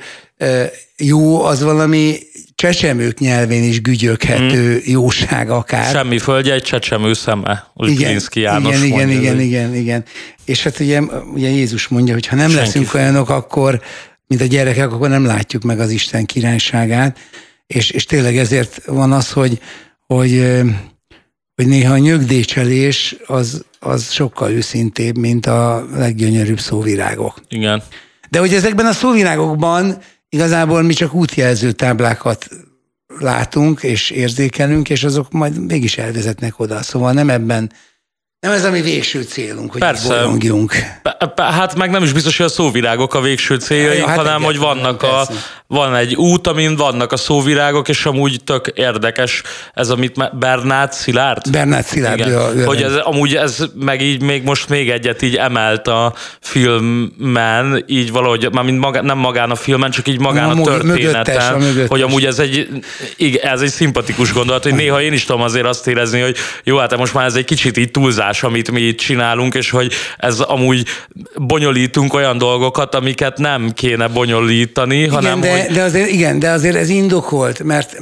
jó az valami csecsemők nyelvén is gügyöghető jóság akár. Semmi földje, egy csecsemő szeme. Klinszky János mondja. Igen. És hát ugye Jézus mondja, hogy ha nem leszünk olyanok, akkor, mint a gyerekek, akkor nem látjuk meg az Isten királyságát. És tényleg ezért van az, hogy néha a nyögdécselés az sokkal őszintébb, mint a leggyönyörűbb szóvirágok. Igen. De hogy ezekben a szóvirágokban igazából mi csak útjelző táblákat látunk és érzékelünk, és azok majd mégis elvezetnek oda. Szóval nem ez a mi végső célunk, hogy bolyongjunk. Hát meg nem is biztos, hogy a szóvirágok a végső céljaink, hanem igen, hogy van egy út, amin vannak a szóvirágok, és amúgy tök érdekes ez, amit Bernát Szilárd? Bernát Szilárd. Hogy amúgy ez meg így még egyet így emelt a filmen, így valahogy, nem magán a filmen, csak így magán a történeten, mögöttes. Hogy amúgy ez egy szimpatikus gondolat, hogy néha én is tudom azért azt érezni, hogy jó, hát most már ez egy kicsit így túlzás, amit mi itt csinálunk, és hogy ez amúgy bonyolítunk olyan dolgokat, amiket nem kéne bonyolítani, igen, hanem de azért ez indokolt, mert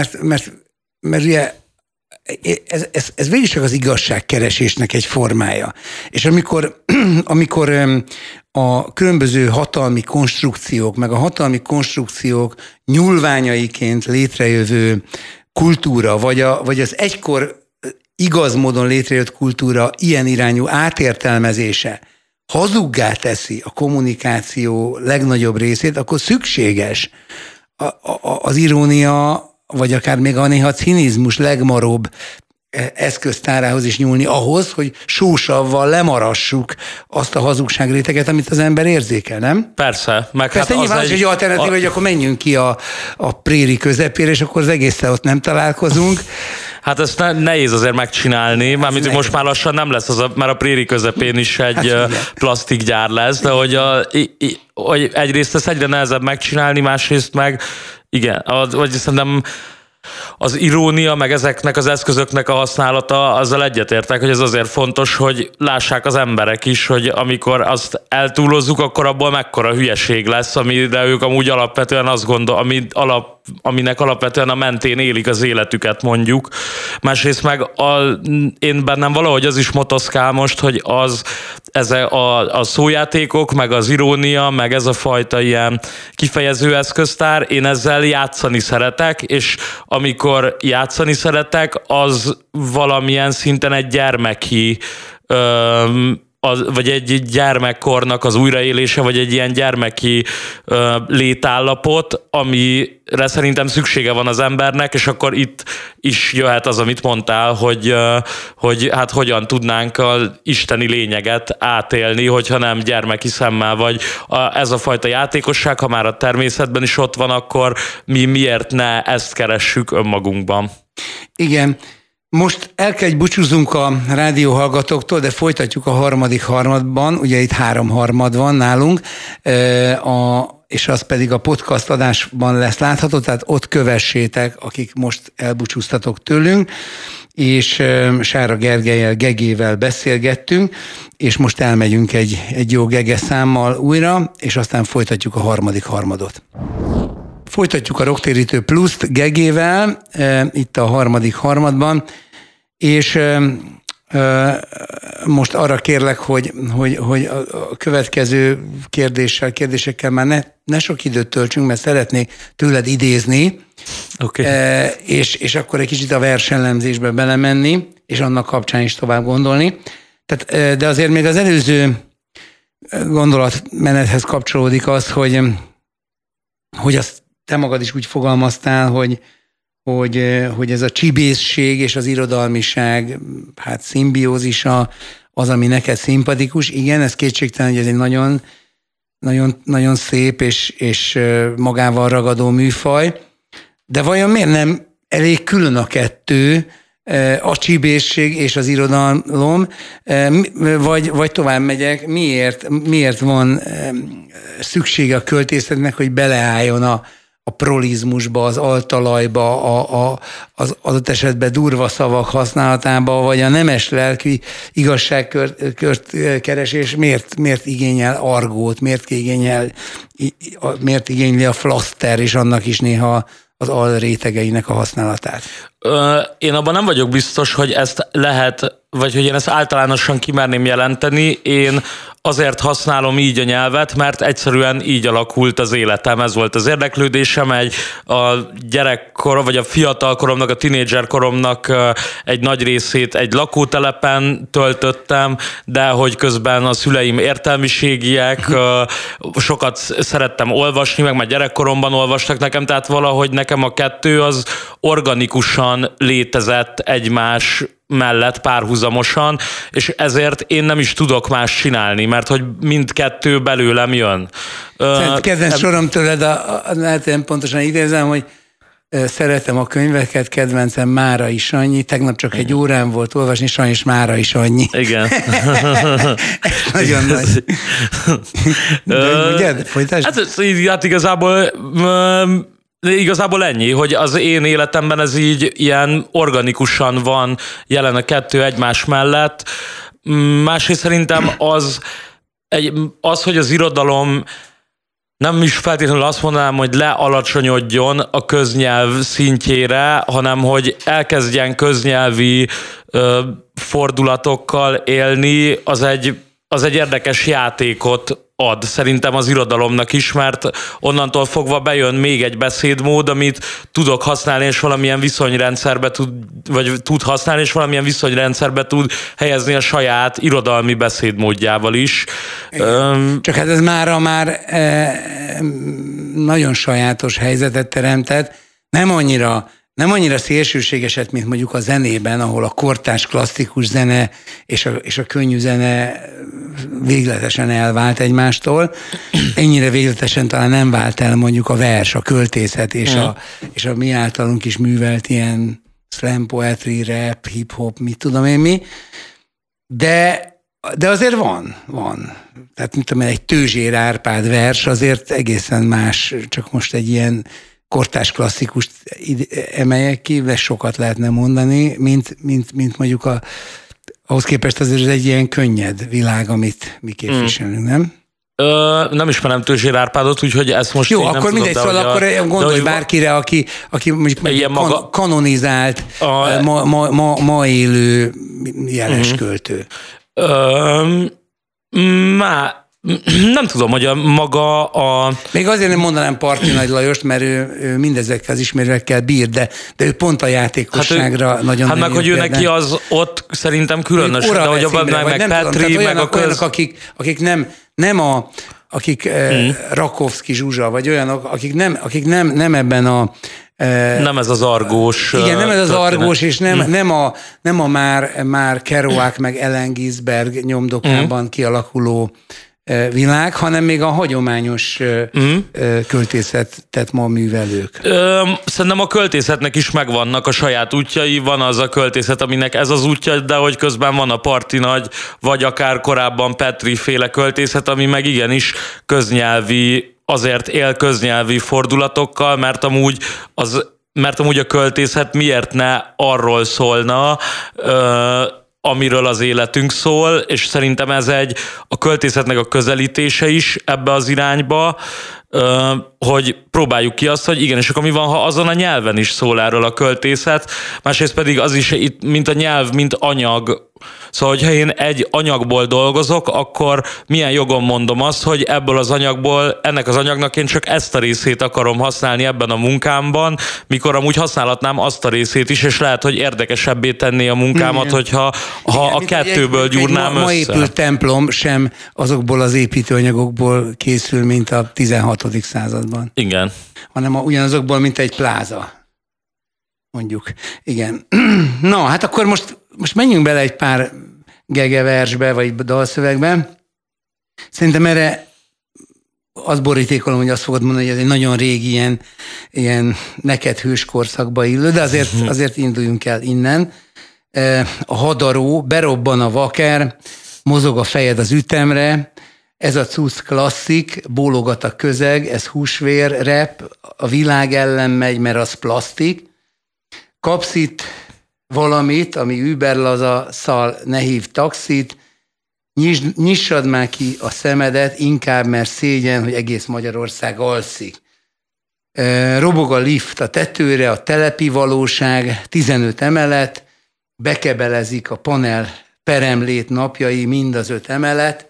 ugye ez végig csak az igazságkeresésnek egy formája. És amikor a különböző hatalmi konstrukciók, meg a hatalmi konstrukciók nyúlványaiként létrejövő kultúra, vagy az egykor igaz módon létrejött kultúra ilyen irányú átértelmezése hazuggá teszi a kommunikáció legnagyobb részét, akkor szükséges az irónia, vagy akár még a néha cinizmus legmaróbb eszköztárához is nyúlni ahhoz, hogy sósavval lemarassuk azt a hazugságréteget, amit az ember érzékel, nem? Persze. Persze hát nyilván az egy alternatív, hogy akkor menjünk ki a préri közepére, és akkor az egészen ott nem találkozunk. Hát ezt nehéz azért megcsinálni, mármint most már lassan nem lesz mert a préri közepén is egy plastikgyár lesz, de hogy egyrészt ezt egyre nehezebb megcsinálni, másrészt meg igen, vagy szerintem az irónia, meg ezeknek az eszközöknek a használata, azzal egyetértek, hogy ez azért fontos, hogy lássák az emberek is, hogy amikor azt eltúlozzuk, akkor abból mekkora hülyeség lesz, amire ők amúgy alapvetően azt aminek alapvetően a mentén élik az életüket, mondjuk. Másrészt meg én bennem valahogy az is motoszkál most, hogy a szójátékok, meg az irónia, meg ez a fajta ilyen kifejező eszköztár, én ezzel játszani szeretek, és amikor játszani szeretek, az valamilyen szinten egy gyermeki vagy egy gyermekkornak az újraélése, vagy egy ilyen gyermeki létállapot, amire szerintem szüksége van az embernek, és akkor itt is jöhet az, amit mondtál, hogy hát hogyan tudnánk az isteni lényeget átélni, hogyha nem gyermeki szemmel, vagy ez a fajta játékosság, ha már a természetben is ott van, akkor mi miért ne ezt keressük önmagunkban? Igen. Most el kell, hogy búcsúzzunk a rádióhallgatóktól, de folytatjuk a harmadik harmadban, ugye itt 3 harmad van nálunk. és az pedig a podcast adásban lesz látható, tehát ott kövessétek, akik most elbúcsúztatok tőlünk, és Sára Gergellyel, Gegével beszélgettünk, és most elmegyünk egy jó Gege számmal újra, és aztán folytatjuk a harmadik harmadot. Folytatjuk a Rocktérítő Pluszt Gegével, itt a harmadik harmadban, és most arra kérlek, hogy a következő kérdésekkel már ne sok időt töltsünk, mert szeretnék tőled idézni, okay. És akkor egy kicsit a versenylemzésbe belemenni, és annak kapcsán is tovább gondolni. Tehát, de azért még az előző gondolatmenethez kapcsolódik az, hogy azt te magad is úgy fogalmaztál, hogy ez a csibészség és az irodalmiság hát szimbiózisa az, ami neked szimpatikus. Igen, ez kétségtelen, hogy ez egy nagyon, nagyon, nagyon szép és magával ragadó műfaj. De vajon miért nem elég külön a kettő, a csibészség és az irodalom, vagy tovább megyek, miért van szüksége a költészetnek, hogy beleálljon a prolizmusba, az altalajba, az adott esetben durva szavak használatába, vagy a nemes lelkű igazságkeresés miért igényel argót, miért igényli a flaszter, és annak is néha az alrétegeinek a használatát? Én abban nem vagyok biztos, hogy ezt lehet, vagy hogy én ezt általánosan kimerném jelenteni. Én azért használom így a nyelvet, mert egyszerűen így alakult az életem. Ez volt az érdeklődésem, a gyerekkor, vagy a fiatalkoromnak, a tínédzserkoromnak egy nagy részét egy lakótelepen töltöttem, de hogy közben a szüleim értelmiségiek, sokat szerettem olvasni, meg már gyerekkoromban olvastak nekem, tehát valahogy nekem a kettő az organikusan létezett egymás mellett párhuzamosan, és ezért én nem is tudok más csinálni, mert hogy mindkettő belőlem jön. Kedvenc sorom tőled, lehet én pontosan idézem, hogy szeretem a könyveket, kedvencem Márai Sanyi, tegnap csak egy órán volt olvasni, sajnos Márai Sanyi. Igen. Nagyon nagy. Ugye? Folytasd? Hát igazából ennyi, hogy az én életemben ez így ilyen organikusan van jelen a kettő egymás mellett. Másrészt szerintem az, hogy az irodalom nem is feltétlenül azt mondanám, hogy lealacsonyodjon a köznyelv szintjére, hanem hogy elkezdjen köznyelvi fordulatokkal élni, az egy érdekes játékot ad szerintem az irodalomnak is, mert onnantól fogva bejön még egy beszédmód, amit tudok használni, és valamilyen viszonyrendszerbe tud használni, és valamilyen viszonyrendszerbe tud helyezni a saját irodalmi beszédmódjával is. Csak hát ez már nagyon sajátos helyzetet teremtett, nem annyira szélsőségeset, mint mondjuk a zenében, ahol a kortárs klasszikus zene és a könnyű zene végletesen elvált egymástól. Ennyire végletesen talán nem vált el mondjuk a vers, a költészet és a mi általunk is művelt ilyen slam poetry, rap, hip-hop, mit tudom én mi. De azért van. Tehát mint tudom, egy Tőzsér Árpád vers azért egészen más, csak most egy ilyen kortárs klasszikust emeljek ki, de sokat lehetne mondani, mint mondjuk ahhoz képest azért ez egy ilyen könnyed világ, amit mi képviselünk, nem? Nem ismerem Tőzsér Árpádot, úgyhogy ezt most jó, én akkor mindegy, szóval akkor gondolj bárkire, aki mondjuk kanonizált, ma élő jeles költő. Nem tudom, hogy Még azért nem mondanám Parti Nagy Lajost, mert ő mindezekkel az ismérvekkel bír, de ő pont a játékosságra nagyon hát meg, hogy ő neki az ott szerintem különös, de hogy abban meg Petri, meg a olyanok, akik Rakovszki Zsuzsa, vagy olyanok, akik nem ebben a nem ez az argós. Igen, nem ez az argós, és nem a már Kerouac meg Ellen Ginsberg nyomdokában kialakuló világ, hanem még a hagyományos költészetet ma művelők. Szerintem a költészetnek is megvannak a saját útjai, van az a költészet, aminek ez az útja, de hogy közben van a Parti Nagy, vagy akár korábban Petri féle költészet, ami meg igenis köznyelvi azért él köznyelvi fordulatokkal, mert amúgy a költészet miért ne arról szólna, amiről az életünk szól, és szerintem ez a költészetnek a közelítése is ebbe az irányba, hogy próbáljuk ki azt, hogy igen, és akkor mi van, ha azon a nyelven is szól erről a költészet, másrészt pedig az is itt, mint a nyelv, mint anyag. Szóval, hogyha én egy anyagból dolgozok, akkor milyen jogon mondom azt, hogy ebből az anyagból, ennek az anyagnak én csak ezt a részét akarom használni ebben a munkámban, mikor amúgy használhatnám azt a részét is, és lehet, hogy érdekesebbé tenné a munkámat, hogyha a kettőből gyúrnám össze. Ma épült templom sem azokból az építőanyagokból készül, mint a 16. században. Igen. Hanem ugyanazokból, mint egy pláza. Mondjuk. Igen. Na, hát akkor most menjünk bele egy pár gegeversbe, vagy dalszövegbe. Szerintem erre azt borítékolom, hogy azt fogod mondani, hogy ez egy nagyon régi ilyen neked hős korszakba illő, de azért induljunk el innen. A hadaró, berobban a vaker, mozog a fejed az ütemre, ez a cucc klasszik, bólogat a közeg, ez húsvér, rep, a világ ellen megy, mert az plasztik. Kapsz itt valamit, ami überlaza, szal, ne hív taxit, nyissad már ki a szemedet, inkább, mert szégyen, hogy egész Magyarország alszik. Robog a lift a tetőre, a telepi valóság, 15 emelet, bekebelezik a panel peremlét napjai, mind az 5 emelet.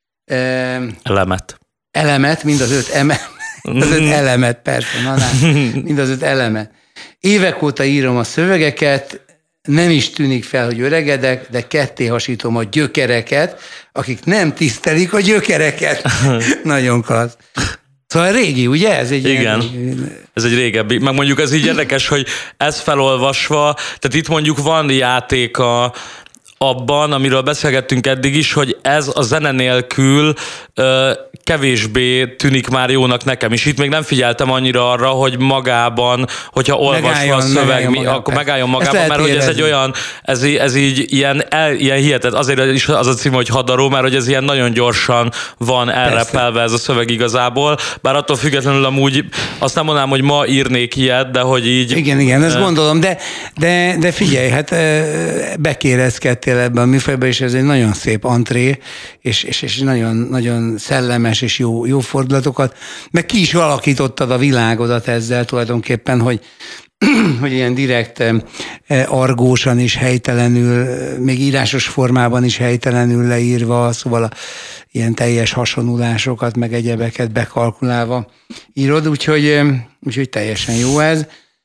Elemet, mind az 5 emelet. Az 5 elemet, persze, mind az 5 elemet. Évek óta írom a szövegeket, nem is tűnik fel, hogy öregedek, de ketté hasítom a gyökereket, akik nem tisztelik a gyökereket. Nagyon klassz. Szóval régi, ugye? Ez egy igen, ez egy régebbi. Meg mondjuk ez így érdekes, hogy ez felolvasva, tehát itt mondjuk van játék abban, amiről beszélgettünk eddig is, hogy ez a zene nélkül kevésbé tűnik már jónak nekem is. Itt még nem figyeltem annyira arra, hogy magában, hogyha olvasva a szöveg, akkor megálljon magában, mert hogy ez egy olyan, ez így ilyen hihetet, azért is az a cím, hogy hadaró, mert hogy ez ilyen nagyon gyorsan van elrepelve ez a szöveg igazából, bár attól függetlenül amúgy azt nem mondanám, hogy ma írnék ilyet, de hogy így... Igen, ezt gondolom, de figyelj, hát bekérezkedtél ebben a műfajban, és ez egy nagyon szép antré, és nagyon, nagyon szellemes, és jó fordulatokat, meg ki is alakítottad a világodat ezzel tulajdonképpen, hogy ilyen direkt argósan is helytelenül, még írásos formában is helytelenül leírva, szóval ilyen teljes hasonlulásokat, meg egyebeket bekalkulálva írod, úgyhogy teljesen jó ez.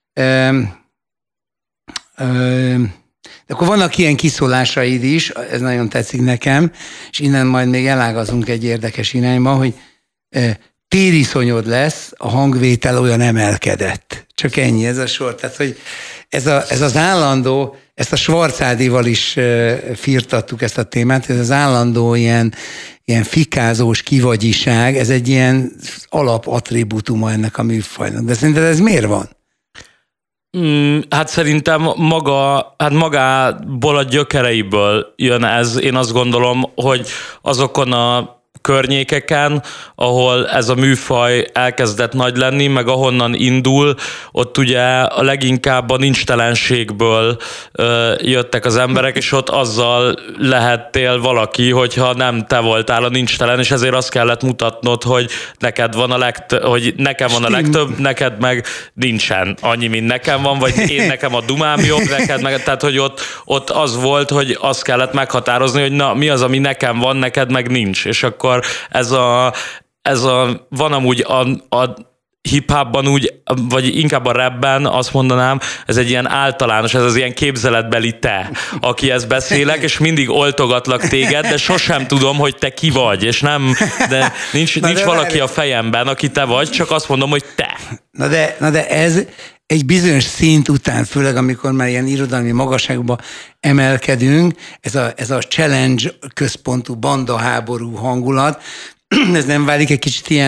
De akkor vannak ilyen kiszólásaid is, ez nagyon tetszik nekem, és innen majd még elágazunk egy érdekes irányba, hogy tériszonyod lesz, a hangvétel olyan emelkedett. Csak ennyi ez a sor. Tehát, hogy ez az állandó, ezt a Schwarzáldival is firtattuk ezt a témát, ez az állandó ilyen fikázós kivagyiság, ez egy ilyen alapattribútuma ennek a műfajnak. De szerinted ez miért van? Hát szerintem magából a gyökereiből jön ez. Én azt gondolom, hogy azokon a környékeken, ahol ez a műfaj elkezdett nagy lenni, meg ahonnan indul, ott ugye a leginkább a nincstelenségből jöttek az emberek, és ott azzal lehettél valaki, hogyha nem te voltál a nincstelen, és ezért azt kellett mutatnod, hogy neked van hogy nekem van a legtöbb, neked meg nincsen annyi, mint nekem van, vagy én nekem a dumám jobb, neked meg, tehát hogy ott az volt, hogy azt kellett meghatározni, hogy na, mi az, ami nekem van, neked meg nincs, és akkor ez van amúgy a hip-hopban úgy, vagy inkább a rapben azt mondanám, ez egy ilyen általános, ez az ilyen képzeletbeli te, aki ezt beszélek, és mindig oltogatlak téged, de sosem tudom, hogy te ki vagy, és de nincs valaki a fejemben, aki te vagy, csak azt mondom, hogy te. Na de ez egy bizonyos szint után, főleg amikor már ilyen irodalmi magasságba emelkedünk, ez a challenge központú bandaháború hangulat, ez nem válik egy kicsit ilyen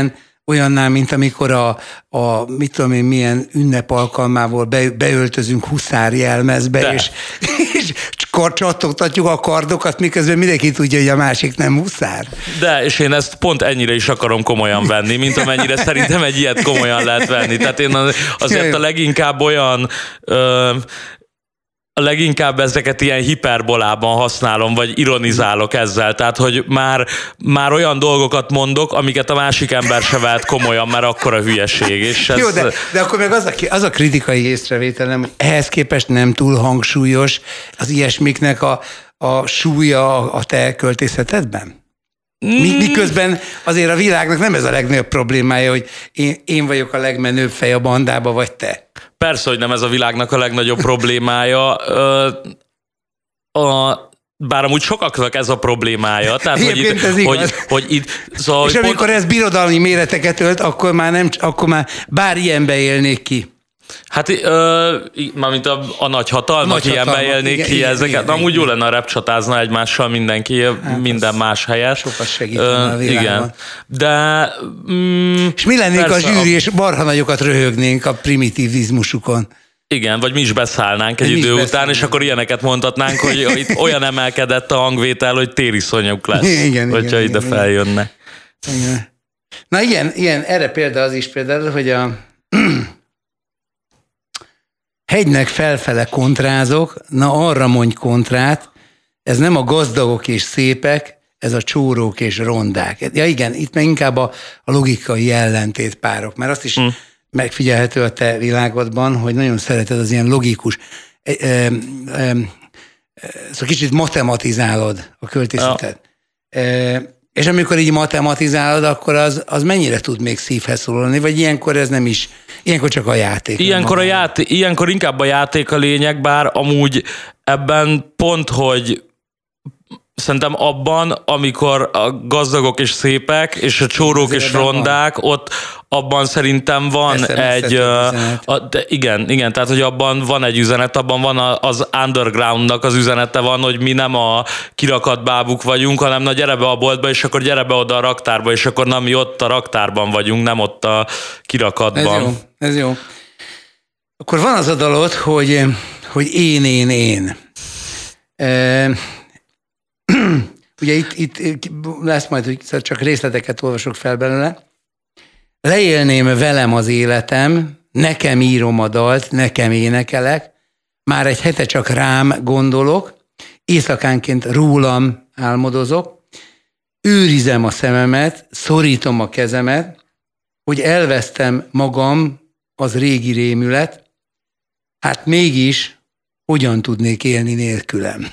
olyannál, mint amikor a mit tudom én milyen ünnep alkalmával beöltözünk huszár jelmezbe, és csattogtatjuk a kardokat, miközben mindenki tudja, hogy a másik nem huszár. De, és én ezt pont ennyire is akarom komolyan venni, mint amennyire szerintem egy ilyet komolyan lehet venni. Tehát én azért a leginkább olyan... A leginkább ezeket ilyen hiperbolában használom, vagy ironizálok ezzel. Tehát, hogy már olyan dolgokat mondok, amiket a másik ember se vált komolyan, már akkora hülyeség. És ez... Jó, de akkor meg az a kritikai észrevételem, hogy ehhez képest nem túl hangsúlyos az ilyesmiknek a súlya a te költészetedben? Miközben azért a világnak nem ez a legnagyobb problémája, hogy én vagyok a legmenőbb fej a bandába, vagy te. Persze, hogy nem ez a világnak a legnagyobb problémája. Bár amúgy sokaknak ez a problémája. Tehát, hogy itt szóval, és amikor ez birodalmi méreteket ölt, akkor már bár ilyenbe élnék ki. Hát, mármint a nagy hatalmak ilyenbe élnék ki ezeket. Igen, amúgy jó lenne, a rap csatázna egymással mindenki, hát minden más helyet. Sokat segítene a világban. Igen. De... és mi lennénk a zsűri, és marha nagyokat röhögnénk a primitivizmusukon. Igen, vagy mi is beszállnánk egy idő után, és akkor ilyeneket mondhatnánk, hogy itt olyan emelkedett a hangvétel, hogy tériszonyuk lesz, hogyha ide feljönne. Igen. Na ilyen, erre példa az is például, hogy a hegynek felfele kontrázok, na arra mondj kontrát, ez nem a gazdagok és szépek, ez a csórók és rondák. Ja igen, itt meg inkább a logikai ellentétpárok, mert azt is megfigyelhető a te világodban, hogy nagyon szereted az ilyen logikus, szóval kicsit matematizálod a költészetet. És amikor így matematizálod, akkor az mennyire tud még szívhez szólni, vagy ilyenkor ez nem is, ilyenkor csak a játék. Ilyenkor inkább a játék a lényeg, bár amúgy ebben pont, hogy szerintem abban, amikor a gazdagok és szépek, és a csórók és rondák, ott abban szerintem van igen, tehát hogy abban van egy üzenet, abban van az undergroundnak az üzenete van, hogy mi nem a kirakat bábuk vagyunk, hanem na gyere be a boltba, és akkor gyere be oda a raktárba, és akkor na mi ott a raktárban vagyunk, nem ott a kirakatban. Ez jó. Akkor van az a dalod, hogy én. Ugye itt lesz majd, hogy csak részleteket olvasok fel belőle. Leélném velem az életem, nekem írom a dalt, nekem énekelek, már egy hete csak rám gondolok, éjszakánként rólam álmodozok, őrizem a szememet, szorítom a kezemet, hogy elvesztem magam, az régi rémület, hát mégis hogyan tudnék élni nélkülem.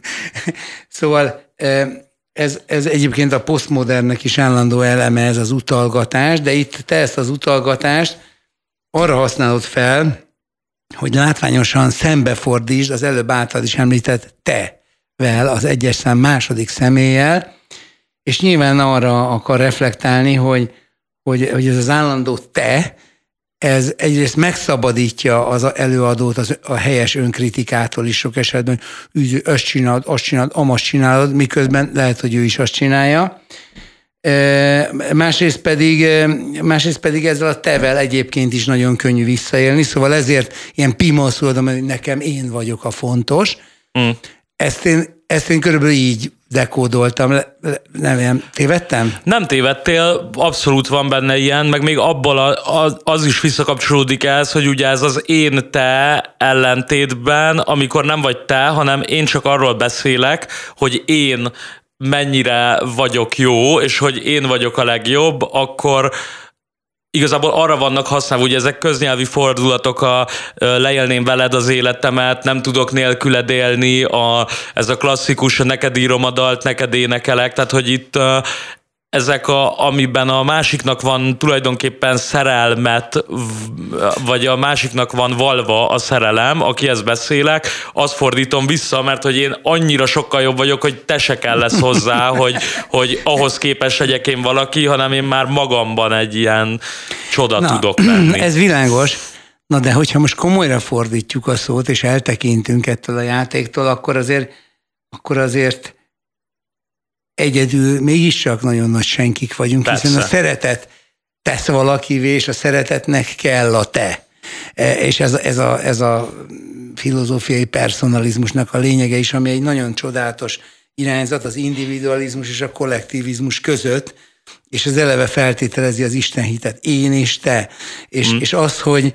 Szóval ez egyébként a posztmodernnek is állandó eleme, ez az utalgatás, de itt te ezt az utalgatást arra használod fel, hogy látványosan szembefordítsd az előbb általad is említett tevel, az egyes szám második személlyel, és nyilván arra akar reflektálni, hogy ez az állandó te, ez egyrészt megszabadítja az előadót a helyes önkritikától is sok esetben, hogy azt csinálod, amazt csinálod, miközben lehet, hogy ő is azt csinálja. Másrészt pedig ezzel a tevel egyébként is nagyon könnyű visszaélni, szóval ezért ilyen pimaszolodom, hogy nekem én vagyok a fontos. Ezt én körülbelül így dekódoltam. Nem tévedtem? Nem tévedtél, abszolút van benne ilyen, meg még abból az is visszakapcsolódik ehhez, hogy ugye ez az én-te ellentétben, amikor nem vagy te, hanem én csak arról beszélek, hogy én mennyire vagyok jó, és hogy én vagyok a legjobb, akkor igazából arra vannak használva, ugye ezek köznyelvi fordulatok, leélném veled az életemet, nem tudok nélküled élni, ez a klasszikus, neked írom a dalt, neked énekelek, tehát hogy itt ezek, amiben a másiknak van tulajdonképpen szerelmet, vagy a másiknak van valva a szerelem, akihez beszélek, azt fordítom vissza, mert hogy én annyira sokkal jobb vagyok, hogy te se kell lesz hozzá, hogy ahhoz képes legyek én valaki, hanem én már magamban egy ilyen csoda tudok lenni. Ez világos. Na de hogyha most komolyra fordítjuk a szót, és eltekintünk ettől a játéktól, akkor azért egyedül mégiscsak nagyon nagy senkik vagyunk, persze. Hiszen a szeretet tesz valakivé, és a szeretetnek kell a te. És ez a filozófiai personalizmusnak a lényege is, ami egy nagyon csodálatos irányzat az individualizmus és a kollektivizmus között, és ez eleve feltételezi az istenhitet. Én és te. És az, hogy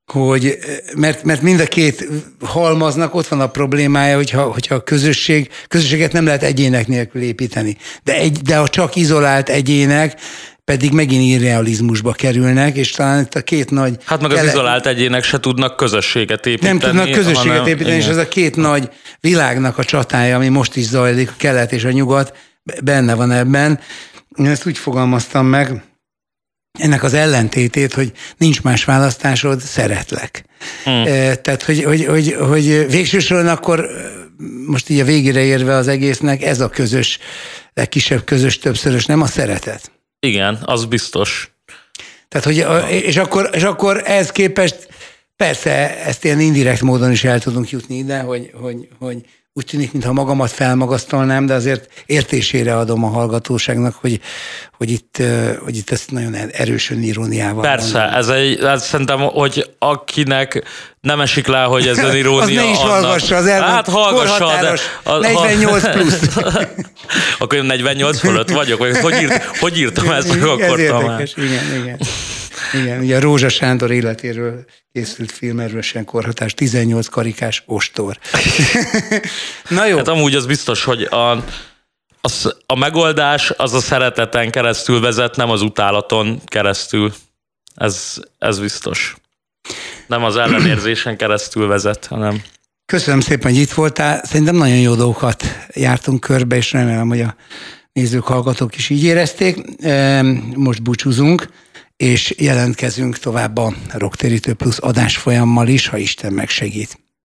mert mind a két halmaznak ott van a problémája, hogyha a közösséget nem lehet egyének nélkül építeni. De a csak izolált egyének pedig megint irrealizmusba kerülnek, és talán itt a két nagy... Hát meg az izolált egyének se tudnak közösséget építeni. Nem tudnak közösséget építeni, és ez a két nagy világnak a csatája, ami most is zajlik, a kelet és a nyugat, benne van ebben. Én ezt úgy fogalmaztam meg, ennek az ellentétét, hogy nincs más választásod, szeretlek. Tehát, hogy végső soron akkor most így a végére érve az egésznek ez a közös, legkisebb közös többszörös, nem a szeretet. Igen, az biztos. Tehát, és akkor ehhez képest persze ezt ilyen indirekt módon is el tudunk jutni ide, hogy úgy tűnik, mintha magamat felmagasztalnám, de azért értésére adom a hallgatóságnak, hogy itt ezt nagyon erősen iróniával persze, mondom. ez szerintem, hogy akinek nem esik le, hogy ez önirónia. Az ne is hallgassa, az elmúlt korhatáros 48 plusz. Akkor én 48 fölött vagyok, vagy hogy írtam ezt, hogy akkor érdekes, igen, ugye a Rózsa Sándor életéről készült film, erősen korhatás, 18 karikás ostor. Na jó. Hát amúgy az biztos, hogy a megoldás az a szereteten keresztül vezet, nem az utálaton keresztül. Ez biztos. Nem az ellenérzésen keresztül vezet, hanem... Köszönöm szépen, hogy itt voltál. Szerintem nagyon jó dolgokat jártunk körbe, és remélem, hogy a nézők, hallgatók is így érezték. Most búcsúzunk, és jelentkezünk tovább a Rocktérítő Plus adásfolyammal is, ha Isten megsegít.